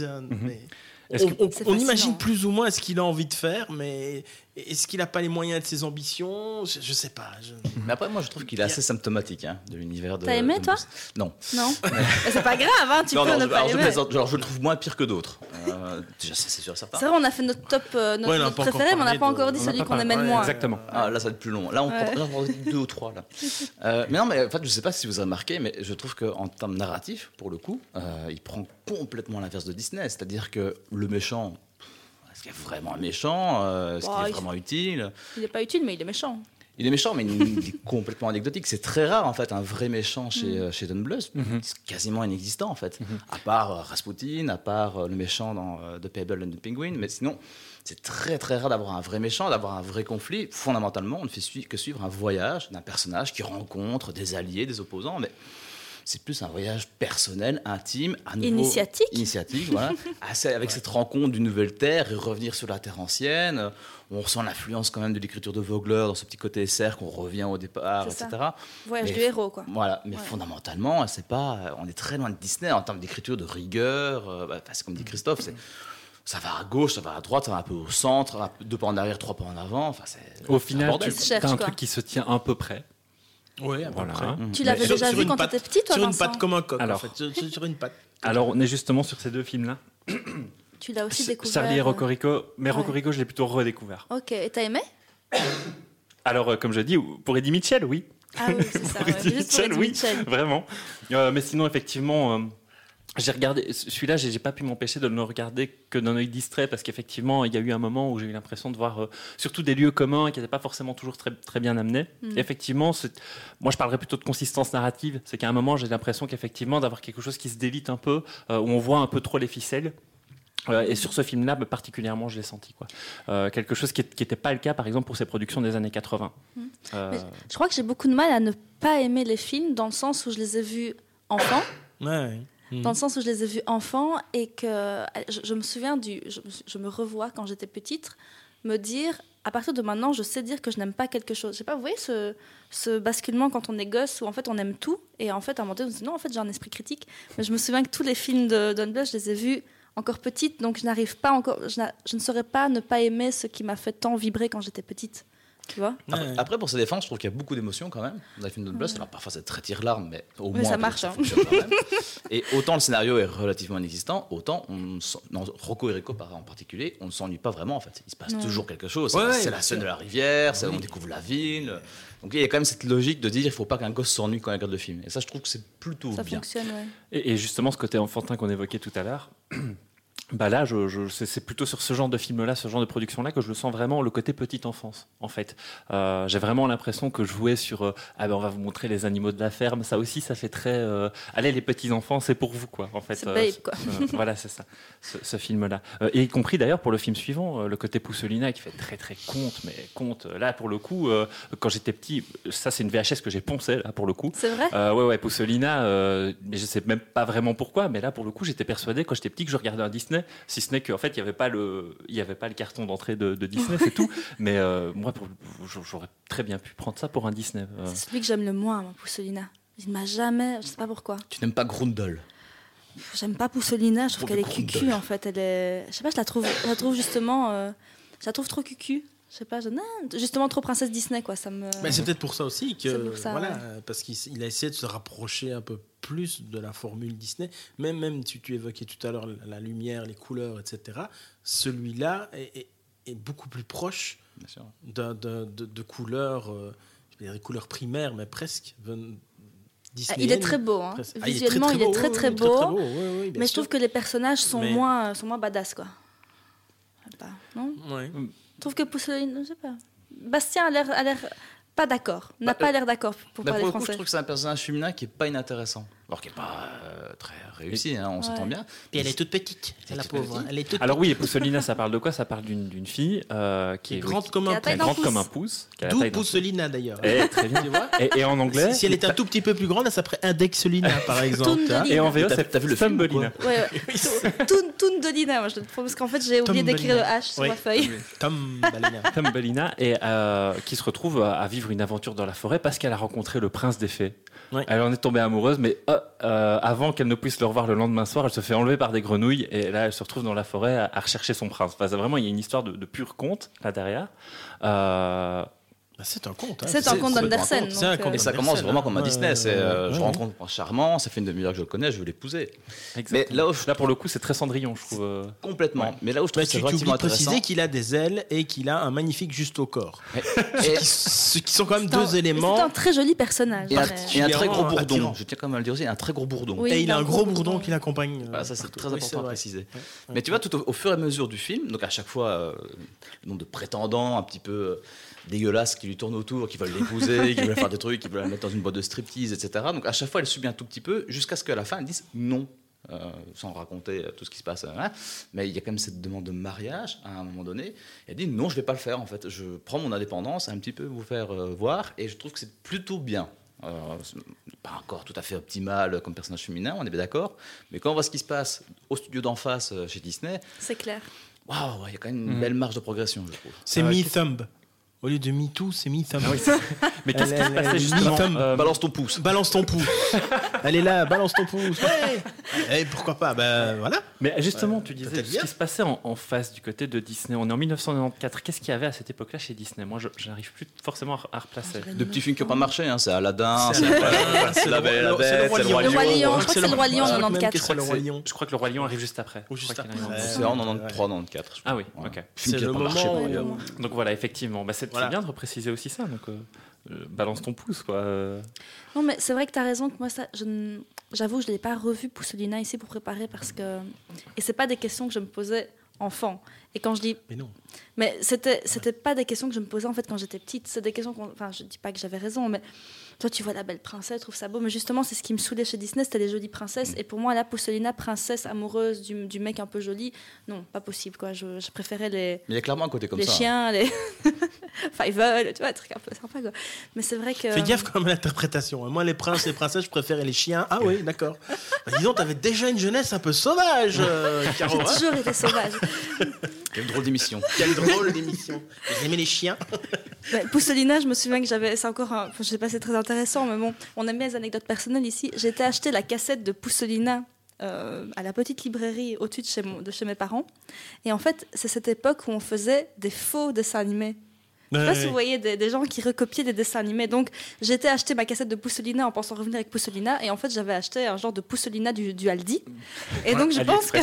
On imagine plus ou moins ce qu'il a envie de faire, mais est-ce qu'il n'a pas les moyens de ses ambitions ? Je sais pas. Mais après, moi, je trouve qu'il est assez symptomatique de l'univers de. T'as aimé, toi ? Non. C'est pas grave, tu peux ne pas aimer. Je le trouve moins pire que d'autres. Déjà, c'est sûr, certain. C'est vrai, on a fait notre top, notre préféré, mais on n'a pas encore dit celui qu'on aimait le moins. Exactement. Là, ça va être plus long. Là, on prend 2 ou 3. Là. Mais en fait, je sais pas si vous avez remarqué, mais je trouve qu'en termes narratifs, pour le coup, il prend complètement l'inverse de Disney. C'est-à-dire que le méchant. Est-ce qu'il est vraiment méchant ? Est-ce qu'il est vraiment utile ? Il n'est pas utile, mais il est méchant. Il est méchant, mais il est complètement anecdotique. C'est très rare, en fait, un vrai méchant chez Don Bluth. C'est quasiment inexistant, en fait. À part Rasputin, à part le méchant dans The Pebble and the Penguin. Mais sinon, c'est très, très rare d'avoir un vrai méchant, d'avoir un vrai conflit. Fondamentalement, on ne fait que suivre un voyage d'un personnage qui rencontre des alliés, des opposants. Mais c'est plus un voyage personnel, intime, à nouveau, initiatique, voilà, avec cette rencontre d'une nouvelle terre et revenir sur la terre ancienne. On ressent l'influence quand même de l'écriture de Vogler dans ce petit côté cercle, on revient au départ, etc. Voyage du héros, quoi. Voilà, mais fondamentalement, on est très loin de Disney en termes d'écriture, de rigueur. C'est comme dit Christophe, ça va à gauche, ça va à droite, ça va un peu au centre, 2 pas en arrière, 3 pas en avant. Au final, tu as un truc qui se tient à peu près. Oui, voilà. Tu l'avais déjà vu quand tu étais petit, toi, Sur une Vincent? patte comme un coq, alors, en fait. Sur une patte. Alors, on est justement sur ces 2 films-là. Tu l'as aussi découvert. Charlie et Rocco-Rico. Mais Rocco-Rico, je l'ai plutôt redécouvert. Ok, et t'as aimé? Alors, comme je dis, pour Eddie Mitchell, oui. Ah oui, c'est ça. Pour Eddie Mitchell, oui, vraiment. Mais sinon, effectivement... j'ai regardé celui-là, j'ai pas pu m'empêcher de ne le regarder que d'un œil distrait parce qu'effectivement, il y a eu un moment où j'ai eu l'impression de voir surtout des lieux communs qui n'étaient pas forcément toujours très, très bien amenés. Et effectivement, moi je parlerais plutôt de consistance narrative. C'est qu'à un moment, j'ai l'impression qu'effectivement, d'avoir quelque chose qui se délite un peu, où on voit un peu trop les ficelles. Et sur ce film-là, particulièrement, je l'ai senti, quoi. Quelque chose qui n'était pas le cas, par exemple, pour ces productions des années 80. Je crois que j'ai beaucoup de mal à ne pas aimer les films dans le sens où je les ai vus enfant. Dans le sens où je les ai vus enfants et que je me souviens je me revois quand j'étais petite me dire à partir de maintenant je sais dire que je n'aime pas quelque chose. Je sais pas, vous voyez ce basculement quand on est gosse où en fait on aime tout et en fait à un moment donné on se dit non, en fait j'ai un esprit critique. Mais je me souviens que tous les films de Don Bluth je les ai vus encore petite, donc je n'arrive pas encore, je ne saurais pas ne pas aimer ce qui m'a fait tant vibrer quand j'étais petite. Tu vois. Après, pour sa défense, je trouve qu'il y a beaucoup d'émotions quand même dans les films de Don Bluth. Alors parfois, c'est très tire-larme, mais au moins ça marche. Ça fonctionne quand même. Et autant le scénario est relativement inexistant, autant dans Rocco et Rico en particulier, on ne s'ennuie pas vraiment en fait. Il se passe toujours quelque chose. C'est la scène de la rivière, on découvre la ville. Donc il y a quand même cette logique de dire il ne faut pas qu'un gosse s'ennuie quand il regarde le film. Et ça, je trouve que c'est plutôt bien. Ça fonctionne, ouais. Et justement, ce côté enfantin qu'on évoquait tout à l'heure. Bah là, c'est plutôt sur ce genre de film-là, ce genre de production-là, que je le sens vraiment le côté petite enfance, en fait. J'ai vraiment l'impression que je jouais sur on va vous montrer les animaux de la ferme. Ça aussi, ça fait très allez, les petits enfants, c'est pour vous, quoi. En fait, c'est babe, quoi. Voilà, c'est ça, ce film-là. Et y compris d'ailleurs pour le film suivant, le côté Pousselina qui fait très très conte. Là, pour le coup, quand j'étais petit, ça c'est une VHS que j'ai poncée là pour le coup. C'est vrai. Ouais, Pousselina. Mais je sais même pas vraiment pourquoi, mais là pour le coup, j'étais persuadé quand j'étais petit que je regardais un Disney. Si ce n'est qu'en fait, il n'y avait pas le carton d'entrée de Disney, c'est tout. Mais moi, j'aurais très bien pu prendre ça pour un Disney. C'est celui que j'aime le moins, moi, Pousselina. Il ne m'a jamais... Je ne sais pas pourquoi. Tu n'aimes pas Grundle? J'aime pas Pousselina, je trouve qu'elle est cucu, en fait. Elle est... Je sais pas, je la trouve justement... Je la trouve trop cucu. Je sais pas, justement trop princesse Disney, quoi. Mais c'est peut-être pour ça aussi que... pour ça, voilà, parce qu'il a essayé de se rapprocher un peu plus de la formule Disney. Même tu évoquais tout à l'heure la lumière, les couleurs, etc. Celui-là est beaucoup plus proche de couleurs, je vais dire des couleurs primaires, mais presque Disney. Il est très beau, hein. Visuellement, il est très très beau. Mais je trouve que les personnages sont moins badass, quoi. Je sais pas, non? Ouais. Je trouve que Pousseline, je sais pas. Bastien a l'air pas d'accord. N'a pas l'air d'accord pour parler pour français. Je trouve que c'est un personnage féminin qui est pas inintéressant. Alors qui est pas très réussi, hein, on s'entend bien. Puis elle est toute petite, la pauvre. Elle est toute Alors oui, et Pousselina, ça parle de quoi? Ça parle d'une fille qui est grande comme un pouce. D'où Pousselina d'ailleurs. Très bien. Et en anglais, si elle était un tout petit peu plus grande, elle s'appellerait Indexelina par exemple. Et en VO, t'as vu le Thumbelina. Thumbelina, moi je le trouve parce qu'en fait j'ai oublié d'écrire le H sur ma feuille. Thumbelina, et qui se retrouve à vivre une aventure dans la forêt parce qu'elle a rencontré le prince des fées. Ouais. Elle en est tombée amoureuse, mais avant qu'elle ne puisse le revoir le lendemain soir, elle se fait enlever par des grenouilles et là elle se retrouve dans la forêt à rechercher son prince. Enfin, vraiment, il y a une histoire de pur conte là derrière. C'est un conte. Hein. C'est un conte d'Andersen. Et ça commence vraiment comme un Disney. Je rencontre un prince charmant, ça fait une demi-heure que je le connais, je veux l'épouser. Mais là, pour le coup, c'est très Cendrillon, je trouve. Complètement. Ouais. Mais là où je trouve que c'est relativement intéressant, tu préciser qu'il a des ailes et qu'il a un magnifique juste au corps. Ce qui sont quand même deux éléments. C'est un très joli personnage. Et un très gros bourdon. Je tiens quand même à le dire aussi, un très gros bourdon. Oui, et il a un gros bourdon qui l'accompagne. Ça, c'est très important à préciser. Mais tu vois, tout au fur et à mesure du film, donc à chaque fois, le nombre de prétendants un petit peu dégueulasses qui lui tournent autour, qui veulent l'épouser, qui veulent faire des trucs, qui veulent la mettre dans une boîte de striptease, etc. Donc à chaque fois, elle subit un tout petit peu, jusqu'à ce qu'à la fin, elle dise non. Sans raconter tout ce qui se passe. Mais il y a quand même cette demande de mariage à un moment donné. Elle dit non, je ne vais pas le faire en fait. Je prends mon indépendance, un petit peu vous faire voir, et je trouve que c'est plutôt bien. Pas encore tout à fait optimal comme personnage féminin, on est bien d'accord. Mais quand on voit ce qui se passe au studio d'en face chez Disney, c'est clair. Waouh, il y a quand même une belle marge de progression, je trouve. C'est Me-Thumb. Au lieu de MeToo, c'est Me-Thumb. Oui, mais qu'est-ce qui se passait justement Balance ton pouce. Balance ton pouce. Elle est là, balance ton pouce. Ouais. Et pourquoi pas, ben voilà. Mais justement, tu disais peut-être ce bien. qui se passait en face du côté de Disney. On est en 1994. Qu'est-ce qu'il y avait à cette époque-là chez Disney? Moi, je n'arrive plus forcément à replacer. De petits films qui n'ont pas marché, hein, c'est Aladdin, C'est c'est La Belle et la Bête, c'est le Roi Le Roi Lion. Lion, je crois que c'est le Roi Lion en 94. Le Roi Lion. Je crois que le Roi Lion arrive juste après. Ou juste Je crois qu'il après. arrive en- C'est en 93, 94. je Ah oui, crois. ok. Film C'est qui n'a le pas marché. moment Ouais, où- bon. Donc voilà, effectivement. Bah, c'est Voilà. bien de repréciser aussi ça. Donc, balance ton pouce, quoi. Non, mais c'est vrai que tu as raison que moi, ça, j'avoue, je ne l'ai pas revu Poussolina ici pour préparer parce que. Et ce pas des questions que je me posais enfant. Et quand je dis. Mais non. Mais c'était pas des questions que je me posais en fait quand j'étais petite. C'est des questions enfin, je dis pas que j'avais raison, mais toi, tu vois la belle princesse, tu trouves ça beau. Mais justement, c'est ce qui me saoulait chez Disney, c'était les jolies princesses. Et pour moi, la Poussolina, princesse amoureuse du mec un peu joli, non, pas possible, quoi. Je préférais les. Mais il y a clairement un côté comme les ça. chiens, les Fievel, tu vois, un truc un peu sympa, quoi. Mais c'est vrai que. Fais gaffe quand même à l'interprétation. Moi, les princes, les princesses, je préférais les chiens. Ah oui, d'accord. Bah, dis donc, t'avais déjà une jeunesse un peu sauvage, Caro. J'ai hein. toujours été sauvage. Quelle drôle d'émission. Quelle drôle d'émission. Vous aimez les chiens? Ouais, Poussolina, je me souviens que j'avais. C'est encore un. Je sais pas, c'est très intéressant, mais bon, on aime bien les anecdotes personnelles ici. J'ai été acheter la cassette de Poussolina à la petite librairie au-dessus de chez mes parents. Et en fait, c'est cette époque où on faisait des faux dessins animés. Je sais pas si vous voyez des gens qui recopiaient des dessins animés. Donc, j'étais acheté ma cassette de Poussolina en pensant revenir avec Poussolina. Et en fait, j'avais acheté un genre de Poussolina du Aldi. Et donc, je pense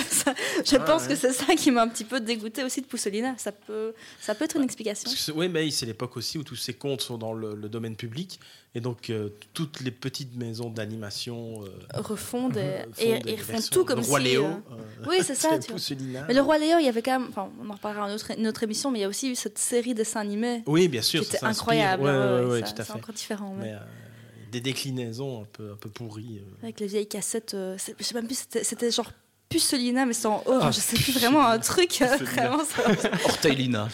que c'est ça qui m'a un petit peu dégoûté aussi de Poussolina. Ça peut être une explication. Oui, mais c'est l'époque aussi où tous ces contes sont dans le domaine public. Et donc, toutes les petites maisons d'animation Refondent et des refont versions. tout comme Le Roi si. Léo. Oui, c'est ça. Tu vois. Poussolina. Mais le Roi Léo, il y avait quand même. Enfin, on en reparlera dans une autre émission, mais il y a aussi eu cette série de dessins animés Oui, bien sûr. qui était ça s'inspire. incroyable. Oui, Ça, tout à c'est fait. encore différent. Mais des déclinaisons un peu pourries. Avec les vieilles cassettes. Je sais même plus, c'était genre Pucelina, mais sans O. Je sais plus vraiment un truc. Vraiment, ça. Orteilina.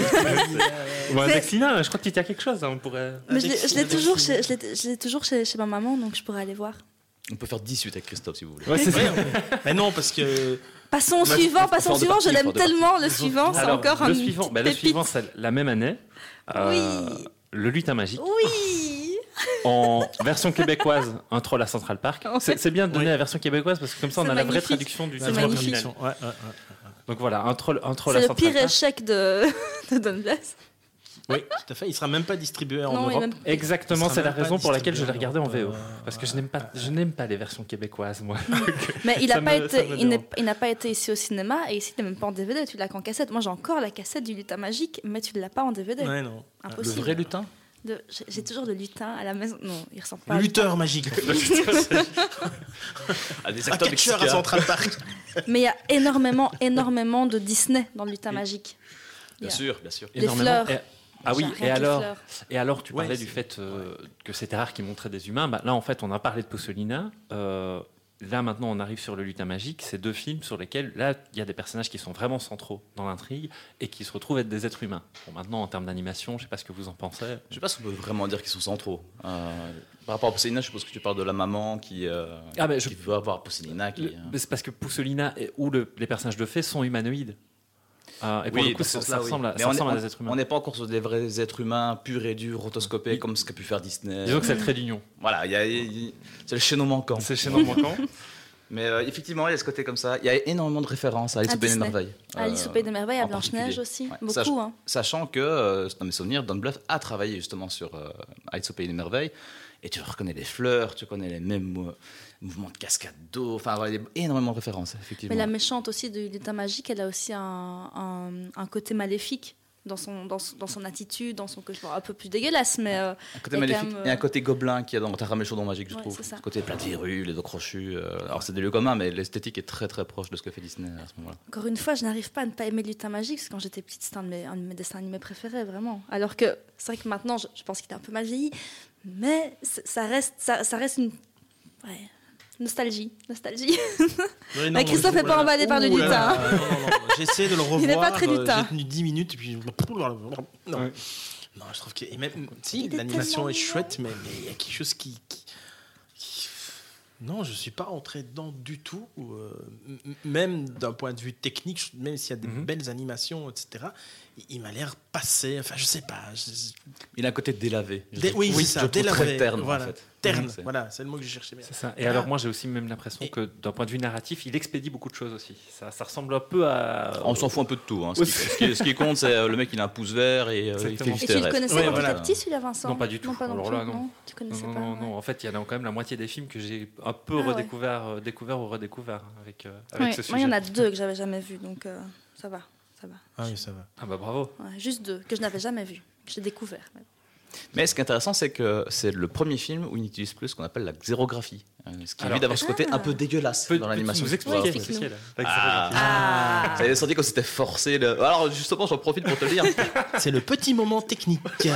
Ou un Dexina, je crois que tu as quelque chose. On pourrait. Mais je l'ai toujours chez ma maman, donc je pourrais aller voir. On peut faire 10 suites avec Christophe si vous voulez. Ouais, c'est ça. Mais non, parce que. Passons au Bah, suivant, faut faire je de l'aime partie, tellement. Le suivant, c'est Alors, encore le un. suivant, le pépite. suivant, c'est la même année. Oui. Le lutin magique. Oui. En version québécoise, un troll à Central Park. En fait- C'est bien de donner Oui. la version québécoise parce que comme ça, on C'est a la vraie magnifique. traduction du C'est titre magnifique. original. Ouais. Donc voilà, un troll à C'est Central le Park. pire échec de Don Bluth. Oui, tout à fait. Il sera même pas distribué en Non, il Europe. même- Exactement, Il sera c'est la même pas raison pour laquelle je l'ai distribué regardé en en VO. Europe. Parce que je n'aime pas les versions québécoises, moi. Mais il Ça n'a pas me- ça été, me il n'est- dérange. il n'a pas été ici au cinéma et ici il n'est même pas en DVD. Tu l'as qu'en cassette. Moi j'ai encore la cassette du lutin magique, mais tu ne l'as pas en DVD. Ouais, non. Le Impossible. vrai lutin. J'ai toujours le lutin à la maison. Non, il ressemble pas. à Lutteur magique. Des Un acteurs catcheur à mexicains. Central Park. Mais il y a énormément de Disney dans le lutin magique. Bien sûr, bien sûr. Les Énormément. fleurs. Ah oui, Rien et que les alors, fleurs. tu Ouais, parlais c'est- du fait que c'était rare qu'ils montraient des humains. Bah, là, en fait, on a parlé de Poussolina. Là, maintenant, on arrive sur le lutin magique. C'est deux films sur lesquels, là, il y a des personnages qui sont vraiment centraux dans l'intrigue et qui se retrouvent être des êtres humains. Bon, maintenant, en termes d'animation, je ne sais pas ce que vous en pensez. Je ne sais pas si on peut vraiment dire qu'ils sont centraux. Par rapport à Pousselina, je suppose que tu parles de la maman qui veut avoir Pousselina. C'est parce que Poussolina ou les personnages de fées sont humanoïdes. Et pour le coup, ça ressemble à des êtres humains. On n'est pas encore sur des vrais êtres humains purs et durs, rotoscopés, comme ce qu'a pu faire Disney. Disons que c'est le trait d'union. Voilà, c'est le chaînon manquant. C'est le chaînon manquant. Mais effectivement, il y a ce côté comme ça. Il y a énormément de références à Alice À au Pays des Disney. Merveilles. Alice au Pays des Merveilles, à en Blanche-Neige particulier. aussi. Ouais. Beaucoup. Hein. Sachant que, dans mes souvenirs, Don Bluth a travaillé justement sur Alice au Pays des Merveilles. Et tu reconnais les fleurs, tu connais les mêmes mouvements de cascade d'eau. Enfin, il y a énormément de références, effectivement. Mais la méchante aussi de lutin magique, elle a aussi un côté maléfique. dans son attitude, dans son cauchemar, un peu plus dégueulasse, mais Un côté maléfique. Il y a un côté gobelin qui est dans Taram et Chaudron Magique, je Ouais, trouve. c'est ça. Ce côté plein de verrues, les dos crochus. Alors c'est des lieux communs, mais l'esthétique est très très proche de ce que fait Disney à ce moment-là. encore une fois, je n'arrive pas à ne pas aimer le lutin magique, parce que quand j'étais petite, c'était un de mes dessins animés préférés, vraiment. Alors que c'est vrai que maintenant, je pense qu'il est un peu mal vieilli, mais ça reste une... Ouais. Nostalgie. Ouais, Mais Christophe n'est pas emballé par le Ouh là lutin. là, non. J'essaie de le revoir. Il n'est pas très lutin. J'ai tenu 10 minutes et puis. Non. Ouais. Non, je trouve que. Et même, si, Il est l'animation tellement est chouette, mais il y a quelque chose qui. Non, je ne suis pas entré dedans du tout. Même d'un point de vue technique, même s'il y a des belles animations, etc., il m'a l'air passé. Enfin, je ne sais pas. Il a un côté délavé. Oui, c'est ça, je trouve très délavé. terne, Voilà. en fait. Terne, C'est- voilà, c'est le mot que je cherchais. C'est ça. Et alors moi j'ai aussi même l'impression que d'un point de vue narratif, il expédie beaucoup de choses aussi. Ça ressemble un peu à... On s'en fout un peu de tout. Hein. Ce qui compte, c'est le mec, il a un pouce vert et il Exactement. fait Et visiter tu le le reste. connaissais Ouais, quand voilà. tu étais petit, celui-là, Vincent? Non, pas du tout. Non, pas non Alors plus, là, non. Tu connaissais pas. Non, ouais. en fait, il y en a quand même la moitié des films que j'ai un peu Ah ouais. découvert ou redécouvert avec Ouais, ce sujet. moi, il y en a 2 que j'avais jamais vus, donc ça va. Ah oui, ça va. Ah bah bravo. Ouais, juste 2 que je n'avais jamais vus, que j'ai découvert. Mais ce qui est intéressant, c'est que c'est le premier film où il utilise plus ce qu'on appelle la xérographie. Ce qui Alors, évite d'avoir ce côté un peu dégueulasse dans l'animation. Nous expliquer Ouais, ce que explique-nous. c'est là. Ah. Ça avait senti qu'on s'était forcé. Alors justement, j'en profite pour te le dire. C'est le petit moment technique.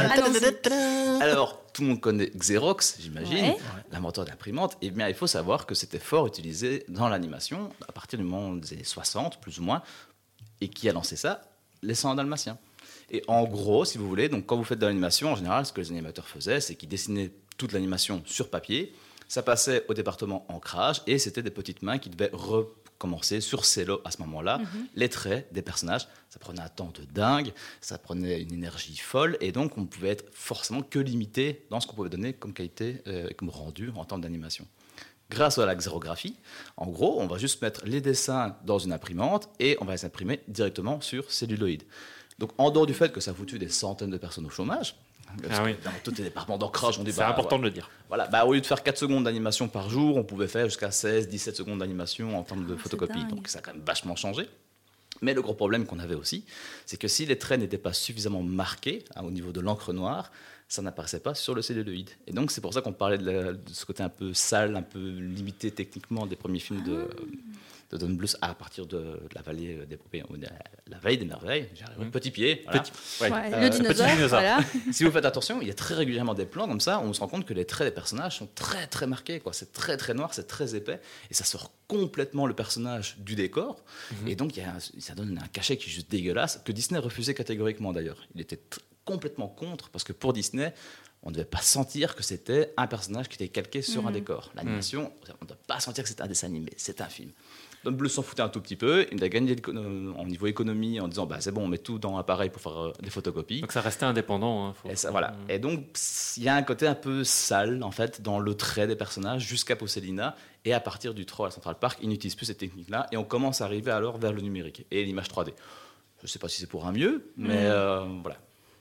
Alors, tout le monde connaît Xerox, j'imagine, Ouais. l'inventeur d'imprimante. Eh bien, il faut savoir que c'était fort utilisé dans l'animation à partir du moment des années 60, plus ou moins. Et qui a lancé ça? Les 100 Dalmatiens. Et en gros, si vous voulez, donc quand vous faites de l'animation, en général, ce que les animateurs faisaient, c'est qu'ils dessinaient toute l'animation sur papier. Ça passait au département ancrage et c'était des petites mains qui devaient recommencer sur cello à ce moment-là. Les traits des personnages, ça prenait un temps de dingue, ça prenait une énergie folle et donc on ne pouvait être forcément que limité dans ce qu'on pouvait donner comme qualité, comme rendu en termes d'animation. Grâce à la xérographie, en gros, on va juste mettre les dessins dans une imprimante et on va les imprimer directement sur celluloïd. Donc, en dehors du fait que ça a foutu des centaines de personnes au chômage, parce oui. que dans tous les départements d'ancrage, on dit C'est important de le dire. voilà, au lieu de faire 4 secondes d'animation par jour, on pouvait faire jusqu'à 16, 17 secondes d'animation en termes de c'est photocopie. dingue. Donc, ça a quand même vachement changé. Mais le gros problème qu'on avait aussi, c'est que si les traits n'étaient pas suffisamment marqués au niveau de l'encre noire, ça n'apparaissait pas sur le celluloïd. Et donc, c'est pour ça qu'on parlait de ce côté un peu sale, un peu limité techniquement des premiers films de Don Bluth à partir de la vallée des poupées, la vallée des merveilles. Petit pied. Voilà. Ouais, le dinosaure, dinosaure. voilà. Si vous faites attention, il y a très régulièrement des plans comme ça où on se rend compte que les traits des personnages sont très très marqués. C'est très très noir, c'est très épais et ça sort complètement le personnage du décor. Et donc ça donne un cachet qui est juste dégueulasse que Disney refusait catégoriquement d'ailleurs. Il était complètement contre parce que pour Disney, on ne devait pas sentir que c'était un personnage qui était calqué sur un décor. L'animation, on ne doit pas sentir que c'est un dessin animé, c'est un film. Don Bluth s'en foutait un tout petit peu, il a gagné en niveau économie en disant c'est bon, on met tout dans l'appareil pour faire des photocopies. Donc ça restait indépendant. Et, ça, voilà. Et donc il y a un côté un peu sale en fait dans le trait des personnages jusqu'à Posselina, et à partir du 3 à Central Park, ils n'utilisent plus cette technique-là et on commence à arriver alors vers le numérique et l'image 3D. Je ne sais pas si c'est pour un mieux, mais voilà.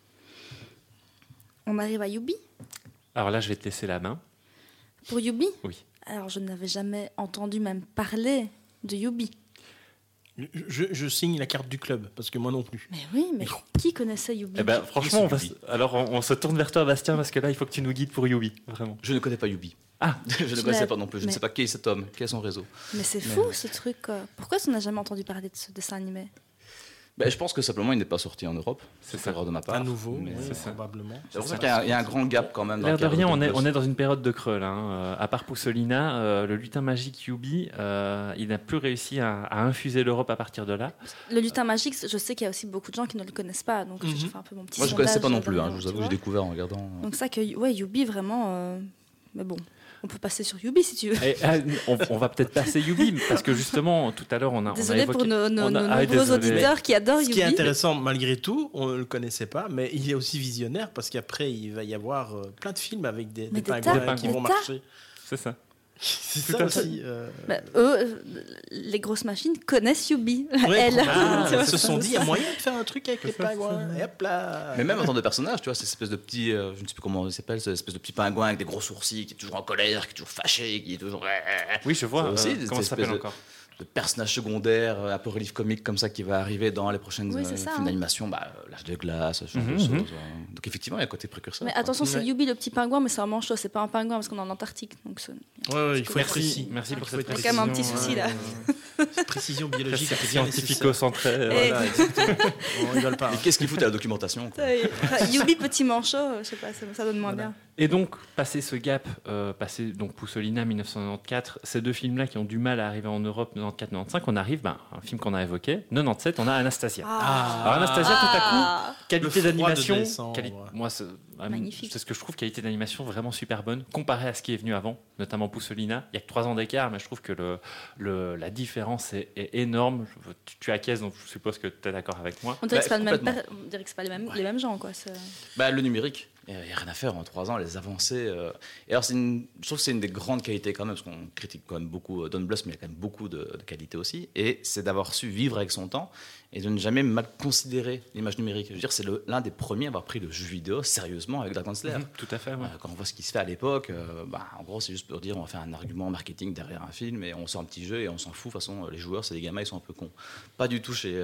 On arrive à Yubi. Alors là, je vais te laisser la main. Pour Yubi? Oui. Alors, je n'avais jamais entendu même parler de Yubi. Je signe la carte du club, parce que moi non plus. Mais oui, mais qui connaissait Yubi? Eh ben, franchement, on se tourne vers toi, Bastien, parce que là, il faut que tu nous guides pour Yubi, vraiment. Je ne connais pas Yubi. Ah, je ne connaissais pas non plus. Je ne sais pas qui est cet homme, quel est son réseau. Mais c'est fou, ce truc. Pourquoi on n'a jamais entendu parler de ce dessin animé? Je pense que simplement il n'est pas sorti en Europe. C'est C'est ça. erreur de ma part. À nouveau, Mais ouais, c'est ça. probablement. c'est pour ça qu'il y a un grand gap quand même. dans l'air le de cadre rien, Don Bluth. on est dans une période de creux là. À part Poussolina, le lutin magique Yubi, il n'a plus réussi à infuser l'Europe à partir de là. Le lutin magique, je sais qu'il y a aussi beaucoup de gens qui ne le connaissent pas, donc je fais un peu mon petit Moi je ne connaissais pas non sondage plus. derrière, Je vous tu avoue, vois. j'ai découvert en regardant. Donc ça que Yubi vraiment. Mais bon, on peut passer sur Yubi si tu veux. Et, on va peut-être passer Yubi, parce que justement, tout à l'heure, on a Désolé évoqué... pour nos nombreux désolé. auditeurs qui adorent Ce Yubi. qui est intéressant, malgré tout, on ne le connaissait pas, mais il est aussi visionnaire, parce qu'après, il va y avoir plein de films avec des Mais des pingouins tas, qui des vont tas. marcher. C'est ça. C'est Tout ça à fait. aussi. Bah, eux, les grosses machines connaissent Yubi. Ouais, Elles. probablement. Tu vois. Ils se sont dit, il y a moyen de faire un truc avec les pingouins. Et hop là. Mais même en tant que personnage, tu vois, cette espèce de petit, je ne sais plus comment il s'appelle, cette espèce de petit pingouin avec des gros sourcils, qui est toujours en colère, qui est toujours fâché, qui est toujours. Oui, je vois. Ça aussi, Comment ça cette s'appelle espèce de- encore personnage secondaire, un peu relief comique comme ça qui va arriver dans les prochaines films d'animation, L'Âge de glace, ce genre de choses. Donc effectivement, il y a un côté précurseur. Mais attention, c'est Yubi le petit pingouin, mais c'est un manchot, c'est pas un pingouin parce qu'on est en Antarctique. Donc il faut être précis. Merci pour cette précision. Il y a quand même un petit souci là. Précision biologique, scientifico-centrée. Voilà, exactement. On rigole pas. Et qu'est-ce qu'il fout à la documentation, quoi. Yubi petit manchot, je sais pas, ça donne moins bien. Et donc, passer ce gap, passer donc Poussolina 1994, ces deux films-là qui ont du mal à arriver en Europe 94-95, on arrive, un film qu'on a évoqué, 97, on a Anastasia. Alors Anastasia, tout à coup, qualité d'animation, moi magnifique. C'est ce que je trouve, qualité d'animation vraiment super bonne, comparé à ce qui est venu avant, notamment Poussolina. Il n'y a que 3 ans d'écart, mais je trouve que la différence est énorme. Tu acquiesces, donc je suppose que tu es d'accord avec moi. On dirait que c'est pas les mêmes gens, quoi. Le numérique. Il n'y a rien à faire en 3 ans, les avancées. Et alors, je trouve que c'est une des grandes qualités quand même, parce qu'on critique quand même beaucoup Don Bluth, mais il y a quand même beaucoup de qualités aussi. Et c'est d'avoir su vivre avec son temps et de ne jamais mal considérer l'image numérique. Je veux dire, c'est l'un des premiers à avoir pris le jeu vidéo sérieusement avec Dragon Slayer. Tout à fait, ouais. Quand on voit ce qui se fait à l'époque, en gros, c'est juste pour dire on va faire un argument marketing derrière un film et on sort un petit jeu et on s'en fout. De toute façon, les joueurs, c'est des gamins, ils sont un peu cons. Pas du tout chez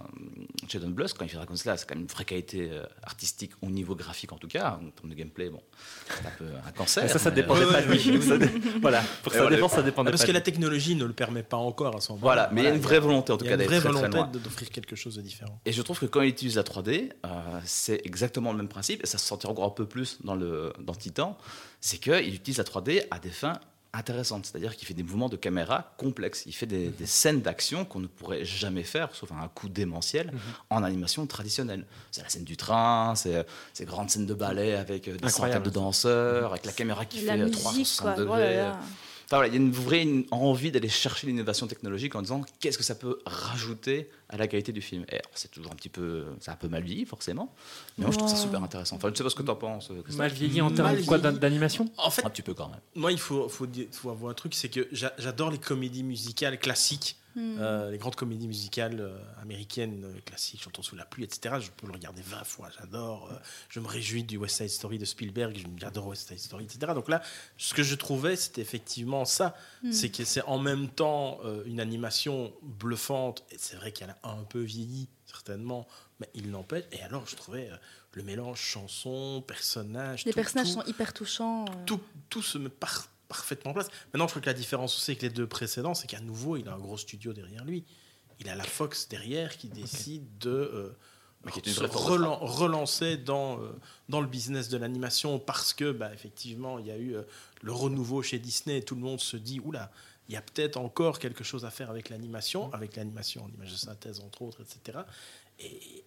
Don Bluth. Quand il fait Dragon Slayer, c'est quand même une vraie qualité artistique au niveau graphique en tout cas. En termes de gameplay, c'est un peu un cancer. Mais ça dépendait pas de lui. Voilà, pour sa défense, ça dépendait pas. Parce que la technologie ne le permet pas encore à son moment. Voilà, mais il y a une vraie volonté en tout cas d'être très loin. D'offrir quelque chose de différent. Et je trouve que quand il utilise la 3D, c'est exactement le même principe, et ça se sentira encore un peu plus dans Titan, c'est qu'il utilise la 3D à des fins intéressantes, c'est-à-dire qu'il fait des mouvements de caméra complexes, il fait des scènes d'action qu'on ne pourrait jamais faire, sauf un coup démentiel, en animation traditionnelle. C'est la scène du train, c'est ces grandes scènes de ballet avec des centaines de danseurs, avec la caméra qui fait 360 degrés. Il y a une vraie envie d'aller chercher l'innovation technologique en disant qu'est-ce que ça peut rajouter à la qualité du film. Et c'est toujours c'est un peu mal vieilli forcément, mais moi je trouve ça super intéressant. Enfin, je ne sais pas ce que tu en penses. Mal vieilli en termes d'animation. En fait, un petit peu quand même. Moi, il faut avoir un truc, c'est que j'adore les comédies musicales classiques. Les grandes comédies musicales américaines classiques, Chantons sous la pluie, etc. Je peux le regarder 20 fois, j'adore. Je me réjouis du West Side Story de Spielberg, j'adore West Side Story, etc. Donc là, ce que je trouvais, c'était effectivement ça. C'est que c'est en même temps une animation bluffante, et c'est vrai qu'elle a un peu vieilli, certainement, mais il n'empêche. Et alors, je trouvais le mélange chanson, personnage. Les personnages sont hyper touchants. Tout se met parfaitement en place. Maintenant, je crois que la différence aussi avec les deux précédents, c'est qu'à nouveau, il a un gros studio derrière lui. Il a la Fox derrière qui décide de se relancer dans le business de l'animation parce que, effectivement, il y a eu le renouveau chez Disney et tout le monde se dit, oula, il y a peut-être encore quelque chose à faire avec l'animation en image de synthèse, entre autres, etc. Et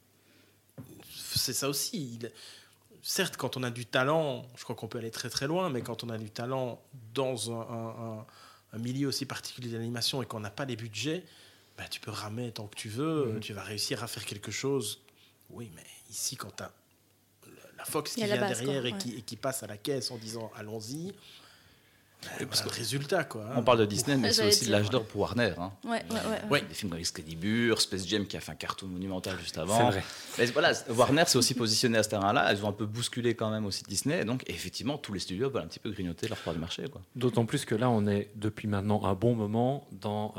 c'est ça aussi. Certes, quand on a du talent, je crois qu'on peut aller très très loin, mais quand on a du talent dans un milieu aussi particulier de l'animation et qu'on n'a pas les budgets, tu peux ramer tant que tu veux, tu vas réussir à faire quelque chose. Oui, mais ici, quand tu as la Fox qui vient derrière et qui passe à la caisse en disant « allons-y », parce que le résultat, quoi. On parle de Disney, mais c'est aussi l'âge d'or pour Warner. Ouais. Des films comme Excalibur, Space Jam qui a fait un cartoon monumental juste avant. C'est vrai. Mais voilà, Warner s'est aussi positionné à ce terrain-là. Elles ont un peu bousculé quand même aussi Disney. Donc effectivement, tous les studios veulent un petit peu grignoter leur part du marché, quoi. D'autant plus que là, on est depuis maintenant un bon moment dans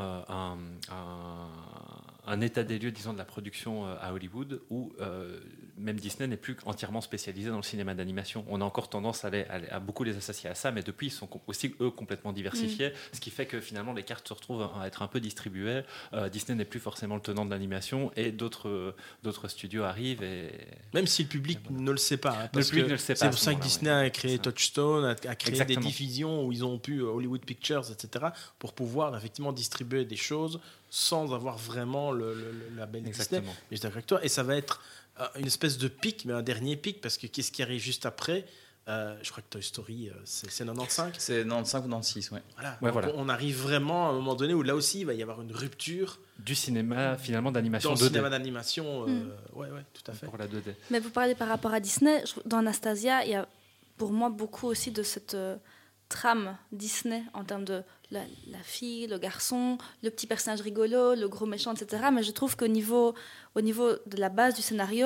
un état des lieux, disons, de la production à Hollywood, où même Disney n'est plus entièrement spécialisé dans le cinéma d'animation. On a encore tendance à beaucoup les associer à ça, mais depuis, ils sont aussi, eux, complètement diversifiés, ce qui fait que finalement, les cartes se retrouvent à être un peu distribuées. Disney n'est plus forcément le tenant de l'animation, et d'autres studios arrivent. Même si le public ne le sait pas. Le public ne le sait pas. C'est pour ça que Disney a créé Touchstone, a créé des diffusions où ils ont pu, Hollywood Pictures, etc., pour pouvoir effectivement distribuer des choses sans avoir vraiment le label Disney. Mais je suis d'accord avec toi. Et ça va être une espèce de pic, mais un dernier pic, parce que qu'est-ce qui arrive juste après ? Je crois que Toy Story, c'est 95. C'est 95 ou 96, oui. Voilà. On arrive vraiment à un moment donné où là aussi, il va y avoir une rupture du cinéma, finalement, d'animation 2D. Dans le cinéma d'animation, ouais, tout à fait. Pour la 2D. Mais vous parlez par rapport à Disney, dans Anastasia, il y a pour moi beaucoup aussi de cette trame Disney en termes de la fille, le garçon, le petit personnage rigolo, le gros méchant, etc. Mais je trouve qu'au niveau de la base du scénario,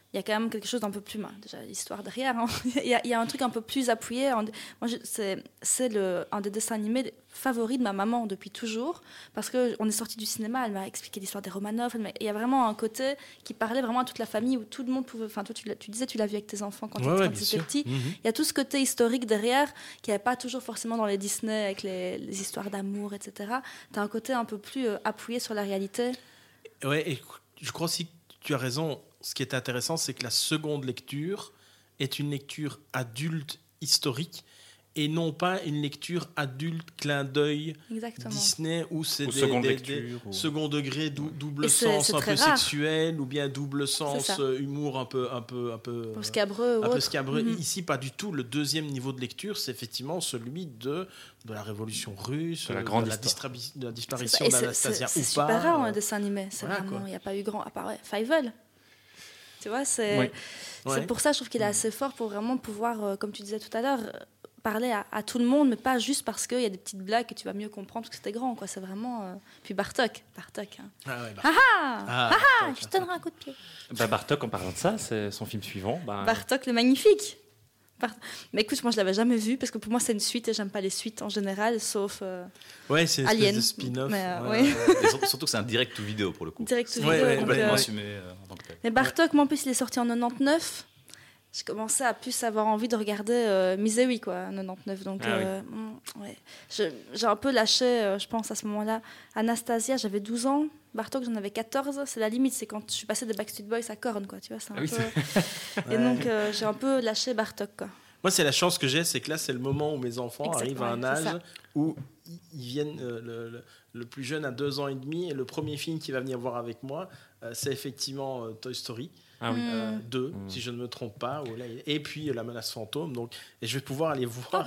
il y a quand même quelque chose d'un peu plus... Déjà, l'histoire derrière, hein. Il y a un truc un peu plus appuyé. C'est un des dessins animés favoris de ma maman depuis toujours, parce qu'on est sorti du cinéma, elle m'a expliqué l'histoire des Romanov. Il y a vraiment un côté qui parlait vraiment à toute la famille, où tout le monde pouvait... Enfin, toi, tu disais, tu l'as vu avec tes enfants quand tu étais petit. Il y a tout ce côté historique derrière, qui n'y avait pas toujours forcément dans les Disney, avec les histoires d'amour, etc. Tu as un côté un peu plus appuyé sur la réalité. Ouais, et je crois aussi que tu as raison. Ce qui est intéressant, c'est que la seconde lecture est une lecture adulte historique et non pas une lecture adulte clin d'œil Disney où c'est des second degré, double sens un peu sexuel ou bien double sens humour un peu scabreux. Ici, pas du tout. Le deuxième niveau de lecture, c'est effectivement celui de la Révolution russe, de la disparition d'Anastasia Upa. C'est super rare un dessin animé. C'est vraiment, il n'y a pas eu grand, à part Fievel. Tu vois, c'est pour ça, je trouve qu'il est assez fort pour vraiment pouvoir, comme tu disais tout à l'heure, parler à tout le monde, mais pas juste parce qu'il y a des petites blagues que tu vas mieux comprendre parce que c'était grand, quoi. C'est vraiment... Puis Bartok. Hein. Je te donnerai un coup de pied. Bartok, en parlant de ça, c'est son film suivant. Bartok le magnifique. Mais écoute, moi je l'avais jamais vu parce que pour moi c'est une suite et j'aime pas les suites en général, sauf c'est une Alien. espèce de spin-off. Surtout que c'est un direct to vidéo pour le coup. Direct to vidéo. Complètement assumé en tant que tel. Mais Bartok, moi en plus il est sorti en 99. Je commençais à plus avoir envie de regarder Misery, quoi, en 99. Donc j'ai un peu lâché, je pense à ce moment-là. Anastasia, j'avais 12 ans. Bartok, j'en avais 14. C'est la limite, c'est quand je suis passée des Backstreet Boys à Korn, quoi. Tu vois, c'est un peu... Et donc j'ai un peu lâché Bartok, quoi. Moi, c'est la chance que j'ai, c'est que là, c'est le moment où mes enfants arrivent à un âge où ils viennent. Le plus jeune a 2 ans et demi, et le premier film qu'il va venir voir avec moi, c'est effectivement Toy Story. 2, si je ne me trompe pas. Et puis La Menace Fantôme. Donc, et je vais pouvoir aller voir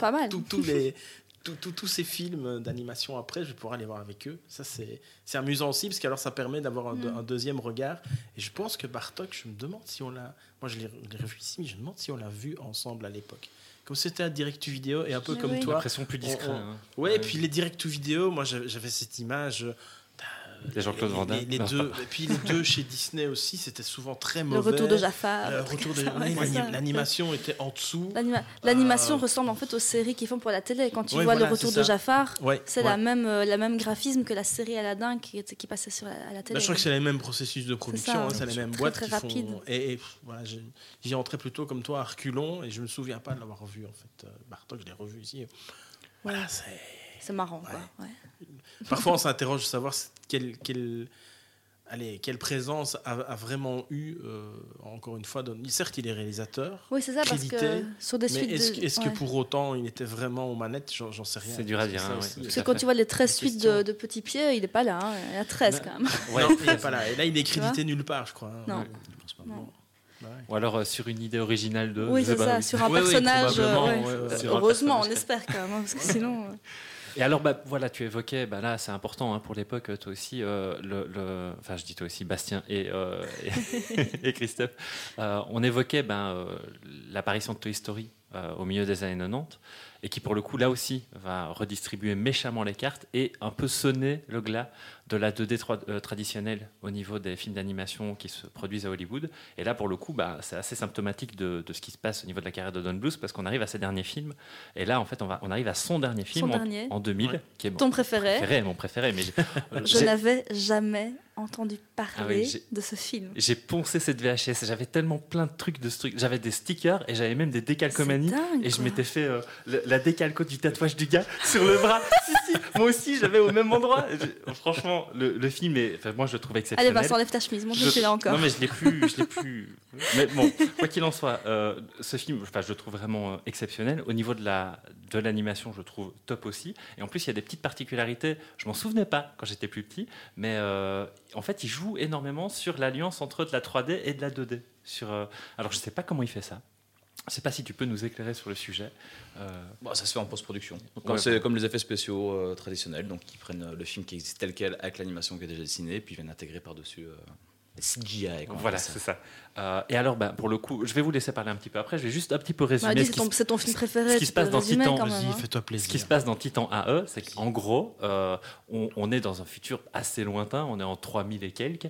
tous ces films d'animation après. Je vais pouvoir aller voir avec eux. Ça, c'est amusant aussi, parce qu'alors ça permet d'avoir un deuxième regard. Et je pense que Bartok, je me demande si on l'a... Moi, je l'ai revu ici, mais je me demande si on l'a vu ensemble à l'époque. Comme c'était un direct-to-vidéo, et un peu comme toi... L'impression plus discret. Et puis les direct-to-vidéo, moi, j'avais cette image... Les Jean-Claude Van Damme. Et puis les deux chez Disney aussi, c'était souvent très mauvais. Le retour de Jafar. L'animation était en dessous. L'animation ressemble en fait aux séries qu'ils font pour la télé. Quand tu vois le retour de Jafar, c'est la même graphisme que la série Aladdin qui passait à la télé. Je crois que c'est les mêmes processus de production, c'est les mêmes boîtes très qui rapide. font. Et voilà, j'y entrais plutôt comme toi à reculons, et je me souviens pas de l'avoir vu en fait. Bartok, je l'ai revu ici. Voilà, c'est marrant, quoi. Parfois, on s'interroge de savoir quelle présence a vraiment eu, encore une fois, certes, il est réalisateur. Oui, c'est ça, crédité, parce que sur des suites... Est-ce que pour autant, il était vraiment aux manettes? J'en sais rien. C'est dur à dire. Parce que quand tu vois les 13 suites de Petits Pieds, il n'est pas là. Hein. Il y en a 13 quand même. Non, il n'est pas là. Et là, il est crédité nulle part, je crois. Non. Je pense pas. Non. Ou alors sur une idée originale de... Oui, c'est ça, sur un personnage. Heureusement, on espère quand même, parce que sinon... Et alors, voilà, tu évoquais, là, c'est important pour l'époque, toi aussi, enfin, je dis toi aussi, Bastien et Christophe, on évoquait l'apparition de Toy Story au milieu des années 90, et qui, pour le coup, là aussi, va redistribuer méchamment les cartes et un peu sonner le glas de la 2D traditionnelle au niveau des films d'animation qui se produisent à Hollywood. Et là, pour le coup, c'est assez symptomatique de ce qui se passe au niveau de la carrière de Don Bluth, parce qu'on arrive à ses derniers films. Et là, en fait, on arrive à son dernier film en 2000, qui est ton préféré. Mon préféré. Mais je n'avais jamais entendu parler de ce film. J'ai poncé cette VHS. J'avais tellement plein de trucs de ce truc. J'avais des stickers et j'avais même des décalcomanies. Et je m'étais fait la décalco du tatouage du gars sur le bras. si, moi aussi, j'avais au même endroit. Franchement, le film moi je le trouve exceptionnel. Allez, enlève ta chemise, montre-le là encore. Non, mais je l'ai plus. Mais bon, quoi qu'il en soit, ce film, je le trouve vraiment exceptionnel. Au niveau de l'animation, je le trouve top aussi. Et en plus, il y a des petites particularités. Je m'en souvenais pas quand j'étais plus petit, mais en fait, il joue énormément sur l'alliance entre de la 3D et de la 2D. Alors, je sais pas comment il fait ça. Je ne sais pas si tu peux nous éclairer sur le sujet. Ça se fait en post-production. Comme les effets spéciaux traditionnels. Donc, ils prennent le film qui existe tel quel avec l'animation qui est déjà dessinée, puis ils viennent intégrer par-dessus CGI. Voilà, c'est ça. Et alors, pour le coup, je vais vous laisser parler un petit peu après. Je vais juste un petit peu résumer. C'est ton film préféré. Ce qui se passe dans Titan. Vas-y, fais-toi plaisir. Ce qui se passe dans Titan AE, c'est qu'en gros, on est dans un futur assez lointain. On est en 3000 et quelques.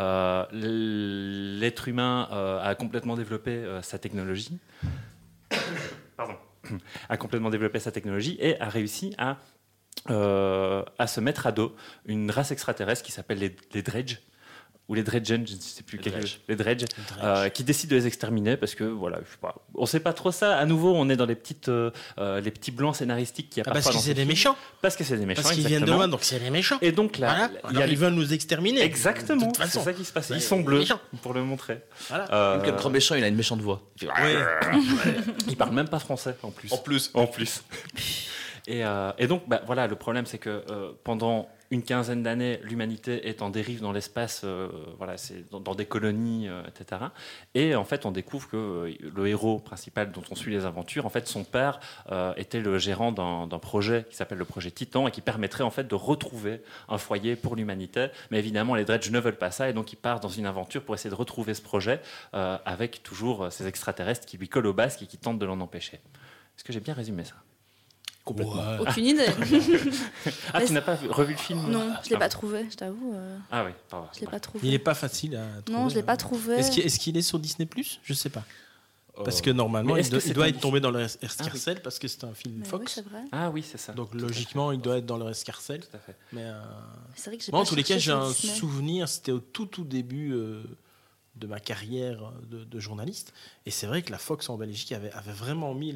L'être humain a complètement développé sa technologie. Pardon. A complètement développé sa technologie et a réussi à se mettre à dos une race extraterrestre qui s'appelle les Dredge. Ou les Dredgen, je ne sais plus les Dredge, qui décident de les exterminer parce que voilà, je sais pas, on sait pas trop ça. À nouveau, on est dans les petits blancs scénaristiques qui apparaissent. Parce que c'est des méchants. Parce que c'est des méchants. Parce qu'ils viennent de loin, donc c'est des méchants. Et donc là, voilà. Ils veulent nous exterminer. Exactement. C'est ça qui se passe. Ils sont bleus pour le montrer. Voilà. Le grand méchant, il a une méchante voix. Il parle même pas français en plus. En plus. Et donc, voilà, le problème, c'est que pendant une quinzaine d'années, l'humanité est en dérive dans l'espace, voilà, c'est dans des colonies, etc. Et en fait, on découvre que le héros principal dont on suit les aventures, en fait, son père était le gérant d'un projet qui s'appelle le projet Titan et qui permettrait en fait de retrouver un foyer pour l'humanité. Mais évidemment, les Dredge ne veulent pas ça et donc il part dans une aventure pour essayer de retrouver ce projet avec toujours ces extraterrestres qui lui collent au basque et qui tentent de l'en empêcher. Est-ce que j'ai bien résumé ça ? Complètement. Ouais. Aucune idée. Tu n'as pas revu le film ? Non, je ne l'ai pas trouvé, je t'avoue. Ah oui, pardon. Je l'ai pas trouvé. Il n'est pas facile à trouver. Non, je ne l'ai pas trouvé. Est-ce qu'il est sur Disney+? Je ne sais pas. Parce que normalement, il doit être tombé dans le escarcelle parce que c'est un film Fox. Oui, c'est vrai. Ah oui, c'est ça. Donc logiquement, il doit être dans le escarcelle. Tout à fait. Mais c'est vrai que j'ai moi, pas en tous les cas, j'ai un Disney. souvenir, c'était au tout début de ma carrière de journaliste. Et c'est vrai que la Fox en Belgique avait vraiment mis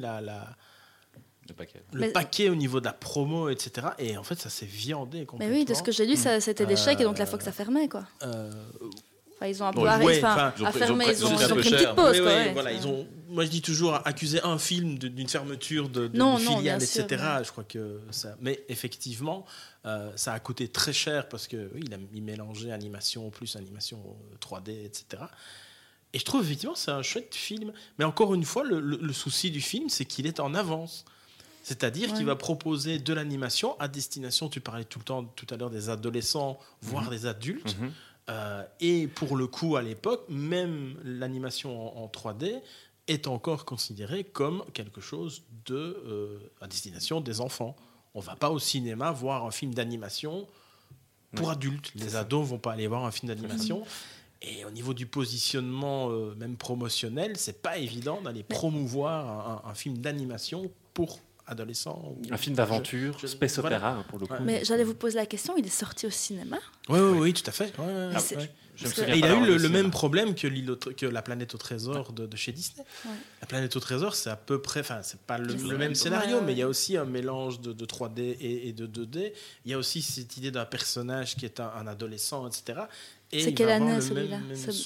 le paquet au niveau de la promo, etc. Et en fait, ça s'est viandé complètement. Mais oui, de ce que j'ai lu, c'était d'échec et donc la Fox a fermé, quoi. Enfin, ils ont un peu fermé, ils ont pris une petite pause. Voilà, moi, je dis toujours, accuser un film d'une fermeture de filiale, etc. Sûr, je crois que ça... Mais effectivement, ça a coûté très cher parce qu'il mélangeait animation plus animation 3D, etc. Et je trouve effectivement c'est un chouette film. Mais encore une fois, le souci du film, c'est qu'il est en avance. C'est-à-dire qu'il va proposer de l'animation à destination, tu parlais tout à l'heure des adolescents, voire des adultes. Et pour le coup, à l'époque, même l'animation en 3D est encore considérée comme quelque chose à destination des enfants. On ne va pas au cinéma voir un film d'animation pour adultes. Les ados ne vont pas aller voir un film d'animation. Et au niveau du positionnement, même promotionnel, c'est pas évident d'aller promouvoir un film d'animation pour adolescents. Un film d'aventure, space opéra pour le coup. Mais j'allais vous poser la question, il est sorti au cinéma ? Oui, tout à fait. Il a eu le même problème que La Planète au Trésor de chez Disney. Ouais. La Planète au Trésor, c'est à peu près, c'est pas le même scénario, mais il y a aussi un mélange de 3D et de 2D. Il y a aussi cette idée d'un personnage qui est un adolescent, etc. Et c'est quelle année celui-là?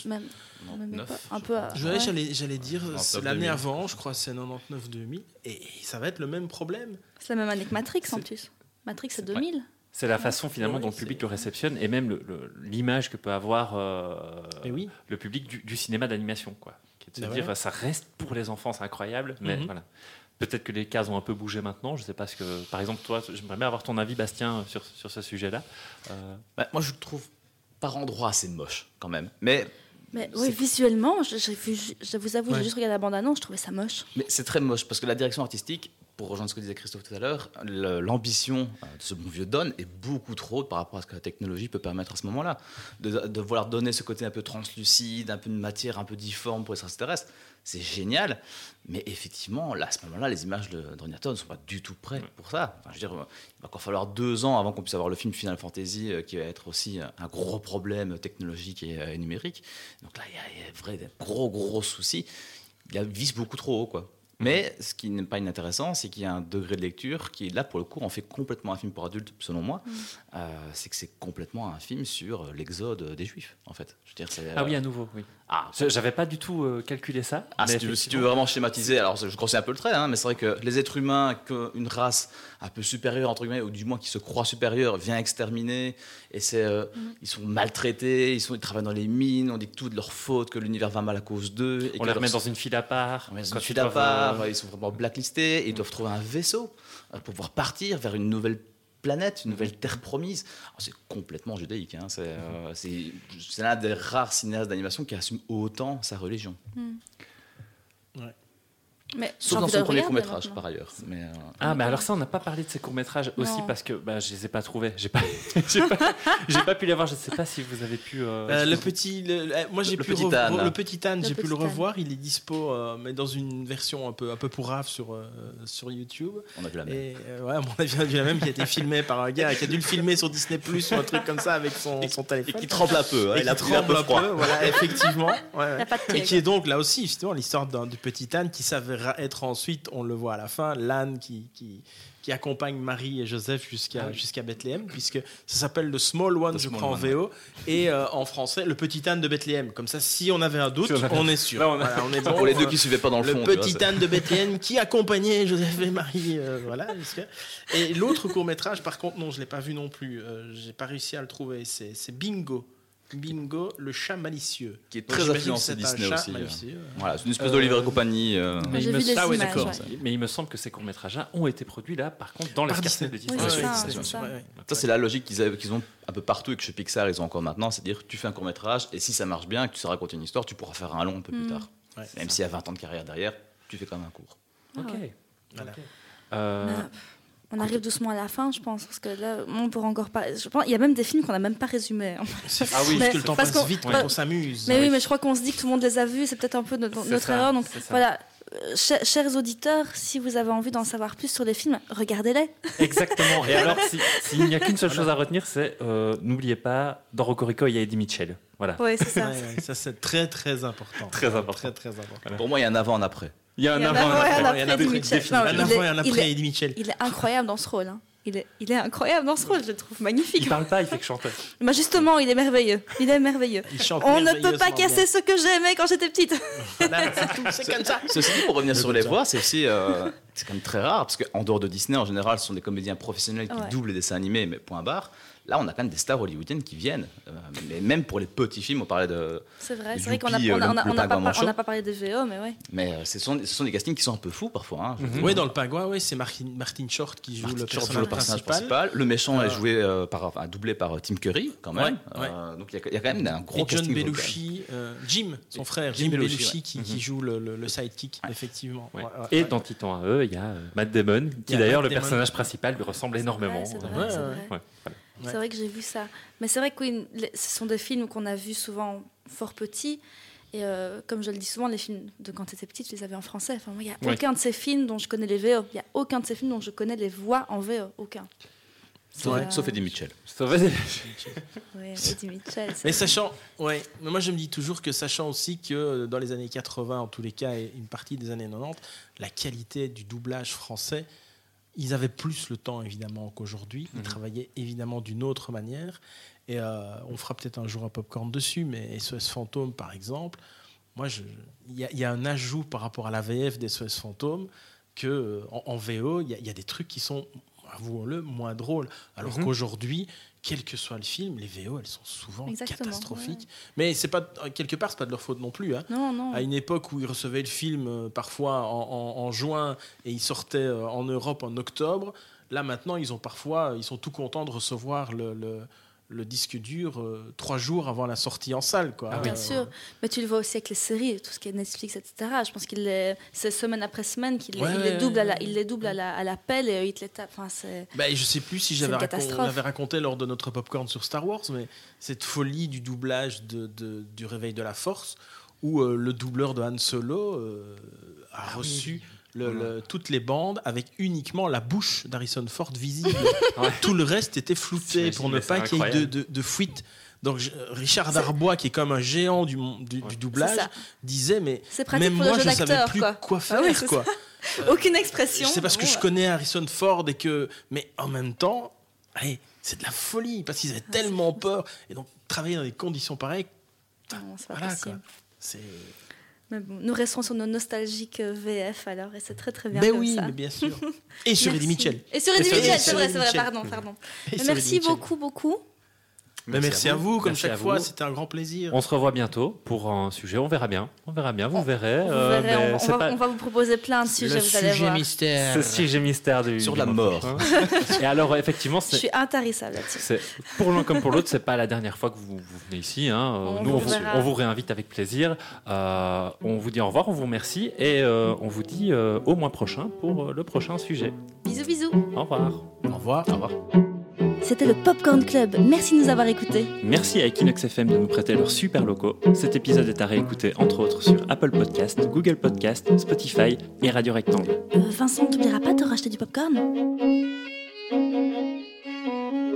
J'allais dire l'année avant, je crois, c'est 99-2000, et ça va être le même problème. C'est la même année que Matrix en plus. Matrix, c'est 2000. Ouais. C'est la façon finalement dont le public le réceptionne et même l'image que peut avoir le public du cinéma d'animation, quoi. Qui est de se dire, ça reste pour les enfants, c'est incroyable, mais voilà. Peut-être que les cases ont un peu bougé maintenant. Je ne sais pas par exemple, toi, j'aimerais bien avoir ton avis, Bastien, sur ce sujet-là. Moi, je trouve par endroits assez moche quand même. Mais oui, visuellement, je vous avoue, j'ai juste regardé la bande-annonce, je trouvais ça moche. Mais c'est très moche parce que la direction artistique, pour rejoindre ce que disait Christophe tout à l'heure, l'ambition de ce bon vieux Don est beaucoup trop haute par rapport à ce que la technologie peut permettre à ce moment-là. De vouloir donner ce côté un peu translucide, un peu de matière un peu difforme pour les extraterrestres, c'est génial. Mais effectivement, là, à ce moment-là, les images d'ordinateur ne sont pas du tout prêtes pour ça. Enfin, je veux dire, il va encore falloir 2 ans avant qu'on puisse avoir le film Final Fantasy, qui va être aussi un gros problème technologique et numérique. Donc là, il y a vrai, des gros soucis. Il vise beaucoup trop haut, quoi. Mais ce qui n'est pas inintéressant, c'est qu'il y a un degré de lecture qui, là, pour le coup, en fait complètement un film pour adultes, selon moi. C'est que c'est complètement un film sur l'exode des Juifs, en fait. Je veux dire, oui, à nouveau, oui. J'avais pas du tout calculé ça. Si tu veux vraiment schématiser, alors je grossis un peu le trait, mais c'est vrai que les êtres humains qu'une race un peu supérieure, entre guillemets, ou du moins qui se croit supérieure, vient exterminer, et ils sont maltraités, ils travaillent dans les mines, on dit que tout de leur faute, que l'univers va mal à cause d'eux. On les remet dans une file à part. Ils sont vraiment blacklistés, et ils doivent trouver un vaisseau pour pouvoir partir vers une nouvelle planète, une nouvelle terre promise. Alors, c'est complètement judaïque. Hein. C'est l'un des rares cinéastes d'animation qui assume autant sa religion. Ouais. Mais Sauf dans son premier court-métrage, par ailleurs. Mais alors ça, on n'a pas parlé de ces courts-métrages aussi Non. parce que je les ai pas trouvés. J'ai pas pu les voir. Je ne sais pas si vous avez pu... moi j'ai Le pu Petit revoir Âne. le Petit Âne, j'ai pu le Petit Âne. revoir, il est dispo mais dans une version un peu pourrave sur YouTube. on a vu la même. Et ouais, à mon avis, on a vu la même qui a été filmée par un gars qui a dû le filmer sur Disney Plus ou un truc comme ça avec son téléphone. Et qui tremble un peu. Hein. Et Il a qui pris un peu tremble froid. voilà, effectivement. Ouais. Il a pas de Et pied, qui est donc là aussi, justement, l'histoire du Petit Âne qui s'avérera être ensuite, on le voit à la fin, l'âne qui accompagne Marie et Joseph jusqu'à Bethléem, puisque ça s'appelle le Small One, je crois, en VO, et en français, le Petit Âne de Bethléem. Comme ça, si on avait un doute, on est sûr. Là, Voilà, on est bon. Pour les deux qui suivaient pas dans le fond. Le Petit Âne de Bethléem qui accompagnait Joseph et Marie. Voilà. Et l'autre court-métrage, par contre, non, je ne l'ai pas vu non plus. Je n'ai pas réussi à le trouver. C'est Bingo. Bingo, le chat malicieux. Qui est Donc, très j'imagine influencé que c'est un Disney chat aussi. malicieux. Voilà, c'est une espèce d'Oliver et compagnie. Mais J'ai il vu me des Ah ouais, images. d'accord. ouais. Mais il me semble que ces courts-métrages ont été produits là, par contre, dans les Par cassettes Disney. de Oui, Disney. c'est Ouais, ça. Ouais, ouais. Ça, c'est la logique qu'ils ont un peu partout et que chez Pixar, ils ont encore maintenant. C'est-à-dire, tu fais un court-métrage et si ça marche bien et que tu sais raconter une histoire, tu pourras faire un long un peu plus tard. Ouais, Même s'il y a 20 ans de carrière derrière, tu fais quand même un cours. Ok. Voilà. On arrive doucement à la fin, je pense, parce que là, on pourra encore pas. Je pense, il y a même des films qu'on n'a même pas résumés. Hein. Ah oui, Mais- parce que le temps parce passe qu'on- vite quand ouais. on s'amuse. Mais oui, mais je crois qu'on se dit que tout le monde les a vus, c'est peut-être un peu notre ça, erreur. Donc c'est ça. voilà, chers auditeurs, si vous avez envie d'en savoir plus sur les films, regardez-les. Exactement. Et alors, s'il n'y a qu'une seule chose à retenir, c'est n'oubliez pas, dans Rocorico, il y a Eddie Mitchell. Voilà. Oui, c'est ça. Ouais, ouais, ça c'est très très important. Très important. Très très important. Pour moi, il y a un avant, un après. Il y a un Il y en a avant et un un après. après Il y en a Eddie des- Mitchell. des- Non, un il avant est- et un il après est- Eddie Mitchell. Il est incroyable dans ce rôle. Hein. Il est incroyable dans ce rôle, je le trouve Il magnifique. parle pas, il fait que chanter. Mais justement, il est merveilleux. Il est merveilleux. Il chante On ne peut merveilleusement pas casser ce que j'aimais quand j'étais petite. bien. Voilà, c'est tout, c'est comme ça. Ceci dit, pour revenir sur les Écoute, voix, c'est aussi c'est quand même très rare parce qu'en dehors de Disney, en général, ce sont des comédiens professionnels qui Ouais. doublent les dessins animés, mais point barre. Là, on a quand même des stars hollywoodiennes qui viennent. Mais même pour les petits films, on parlait de. C'est vrai Youpi, qu'on n'a le pingouin manchot. pas parlé des VO, mais ouais. Mais ce sont des castings qui sont un peu fous parfois. Hein, je veux dire. Oui, dans le pingouin, oui, c'est Martin Short qui joue Martin le Short personnage joue le personnage principal. principal. Le méchant est joué doublé par Tim Curry, quand même. Ouais, ouais. Donc il y a quand même un gros Et John casting vocal. Belushi, Jim, son frère, Jim Jim Belushi, Belushi, ouais. qui joue le sidekick, effectivement. Ouais. Ouais, ouais, Et ouais. dans Titan AE, il y a Matt Damon, Il qui y a d'ailleurs, Matt le Damon. personnage principal lui ressemble énormément. C'est vrai, Ouais, c'est ouais. vrai. Ouais, voilà. C'est vrai que j'ai vu ça. Mais c'est vrai que oui, ce sont des films qu'on a vus souvent fort petits. Et comme je le dis souvent, les films de quand tu étais petite, je les avais en français. Enfin, moi, il n'y a Oui. aucun de ces films dont je connais les VO. Il n'y a aucun de ces films dont je connais les voix en VO. Aucun. Sauf Eddie Mitchell. Ça va, Oui, Eddie Mitchell. Mais sachant, ouais, mais moi je me dis toujours que sachant aussi que dans les années 80, en tous les cas, et une partie des années 90, la qualité du doublage français, ils avaient plus le temps évidemment qu'aujourd'hui. Ils travaillaient évidemment d'une autre manière. Et on fera peut-être un jour un popcorn dessus, mais SOS Fantôme par exemple, moi il y a un ajout par rapport à la VF des SOS Fantôme que en VO, il y a des trucs qui sont, avouons-le, moins drôles. Alors qu'aujourd'hui, quel que soit le film, les VO, elles sont souvent Exactement, catastrophiques. Mais c'est pas, quelque part, c'est pas de leur faute non plus. Hein. Non, non. À une époque où ils recevaient le film parfois en juin et ils sortaient en Europe en octobre, là maintenant, ils sont tout contents de recevoir le disque dur 3 jours avant la sortie en salle. Quoi. Bien sûr, mais tu le vois aussi avec les séries, tout ce qui est Netflix, etc. Je pense c'est semaine après semaine qu'il les double à l'appel et ils te les tapent. Enfin, Bah, je sais plus si C'est une on catastrophe. l'avait raconté lors de notre popcorn sur Star Wars, mais cette folie du doublage du Réveil de la Force, où le doubleur de Han Solo a reçu toutes les bandes avec uniquement la bouche d'Harrison Ford visible. Tout le reste était flouté T'imagines, pour ne mais pas c'est qu'il y ait incroyable. de fuite. Donc Richard Darbois, qui est comme un géant du doublage, C'est ça. disait mais C'est pratique même pour le moi jeu je savais d'acteur, plus quoi. quoi faire. Ah oui, c'est quoi. aucune expression. C'est parce que Bon, je connais Harrison Ford et que, mais en même temps, allez, c'est de la folie parce qu'ils avaient tellement peur et donc travailler dans des conditions pareilles, non, c'est pas voilà possible. quoi. C'est. Mais bon, nous restons sur nos nostalgiques VF alors, et c'est très très bien Ben comme oui, ça. mais bien sûr. Et sur Merci. Eddie Mitchell. Et sur Eddie sur- Mitchell, et c'est sur vrai, Eddie Mitchell. pardon. Et Mais sur merci Eddie Mitchell. beaucoup. Merci à vous, comme Merci chaque à fois, vous. c'était un grand plaisir. On se revoit bientôt pour un sujet. On verra bien. Vous verrez. Vous verrez, mais c'est on va vous proposer plein de sujets, Le vous allez sujet voir. mystère. ce sujet mystère Sur du la mois mort. prochain. Et alors, effectivement, Je suis intarissable là-dessus. pour l'un comme pour l'autre, c'est pas la dernière fois que vous venez ici. Hein. Nous, verra. on vous réinvite avec plaisir. On vous dit au revoir, on vous remercie et on vous dit au mois prochain pour le prochain sujet. Bisous, bisous. Au revoir. Au revoir. Au revoir. C'était le Popcorn Club. Merci de nous avoir écoutés. Merci à Equinox FM de nous prêter leurs super locaux. Cet épisode est à réécouter entre autres sur Apple Podcast, Google Podcast, Spotify et Radio Rectangle. Vincent, t'oublieras pas de racheter du popcorn?